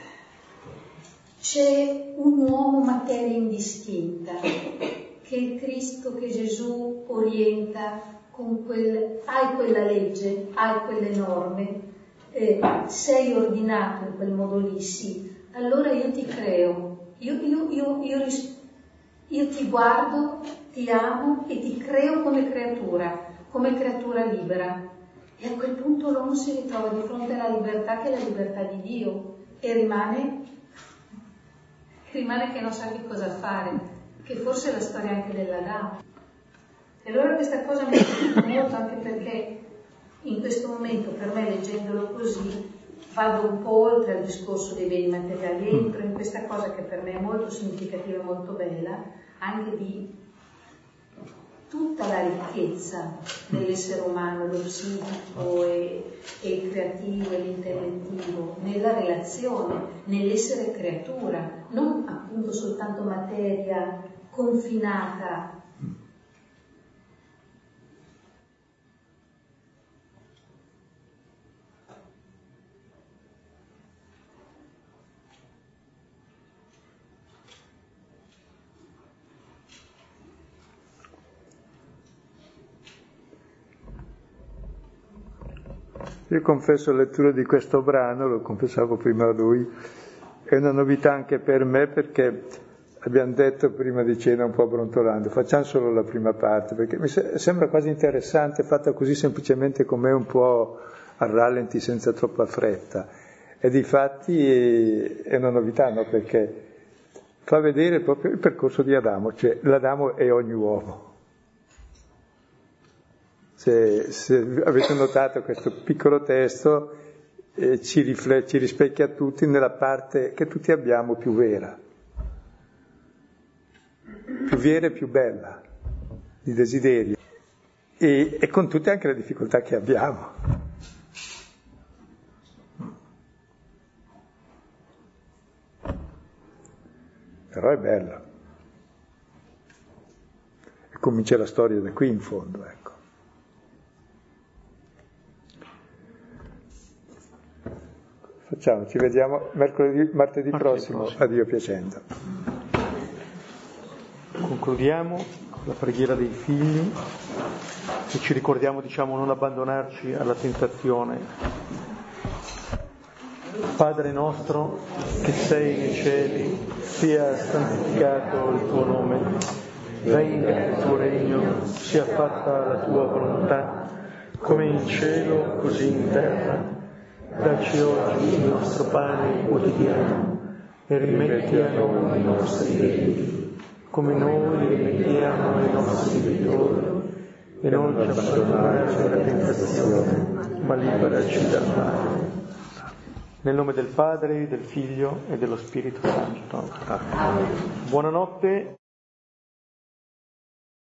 c'è un uomo materia indistinta, che è Cristo, che Gesù orienta con quel, hai quella legge, hai quelle norme, eh, sei ordinato in quel modo lì, sì, allora io ti creo, io, io, io, io, io ti guardo, ti amo e ti creo come creatura, come creatura libera. E a quel punto l'uomo si ritrova di fronte alla libertà che è la libertà di Dio e rimane, rimane che non sa che cosa fare, che forse è la storia anche dell'Adamo. E allora questa cosa mi ha colpito molto, anche perché in questo momento, per me, leggendolo così, vado un po' oltre al discorso dei beni materiali, entro in questa cosa che per me è molto significativa e molto bella, anche di tutta la ricchezza dell'essere umano, lo psichico e, e il creativo e l'intellettivo, nella relazione, nell'essere creatura, non appunto soltanto materia confinata. Io confesso la lettura di questo brano, lo confessavo prima a lui, è una novità anche per me perché abbiamo detto prima di cena un po' brontolando, facciamo solo la prima parte perché mi sembra quasi interessante, fatta così semplicemente com'è, un po' a rallenti senza troppa fretta. E difatti è una novità, no? Perché fa vedere proprio il percorso di Adamo, cioè l'Adamo è ogni uomo. Se, se avete notato questo piccolo testo eh, ci, rifle- ci rispecchia tutti nella parte che tutti abbiamo più vera, più vera e più bella, di desiderio, e, e con tutte anche le difficoltà che abbiamo. Però è bella. E comincia la storia da qui in fondo, ecco. Facciamo, ci vediamo mercoledì, martedì, martedì prossimo, prossimo, a Dio piacendo. Concludiamo con la preghiera dei figli e ci ricordiamo, diciamo, non abbandonarci alla tentazione. Padre nostro che sei nei cieli, sia santificato il tuo nome, venga il tuo regno, sia fatta la tua volontà, come in cielo così in terra. Dacci oggi il nostro pane quotidiano e rimetti a noi i nostri debiti, come noi rimettiamo ai nostri debitori, e non ci abbandonare alla tentazione, ma liberaci dal male. Nel nome del Padre, del Figlio e dello Spirito Santo. Amen. Buonanotte.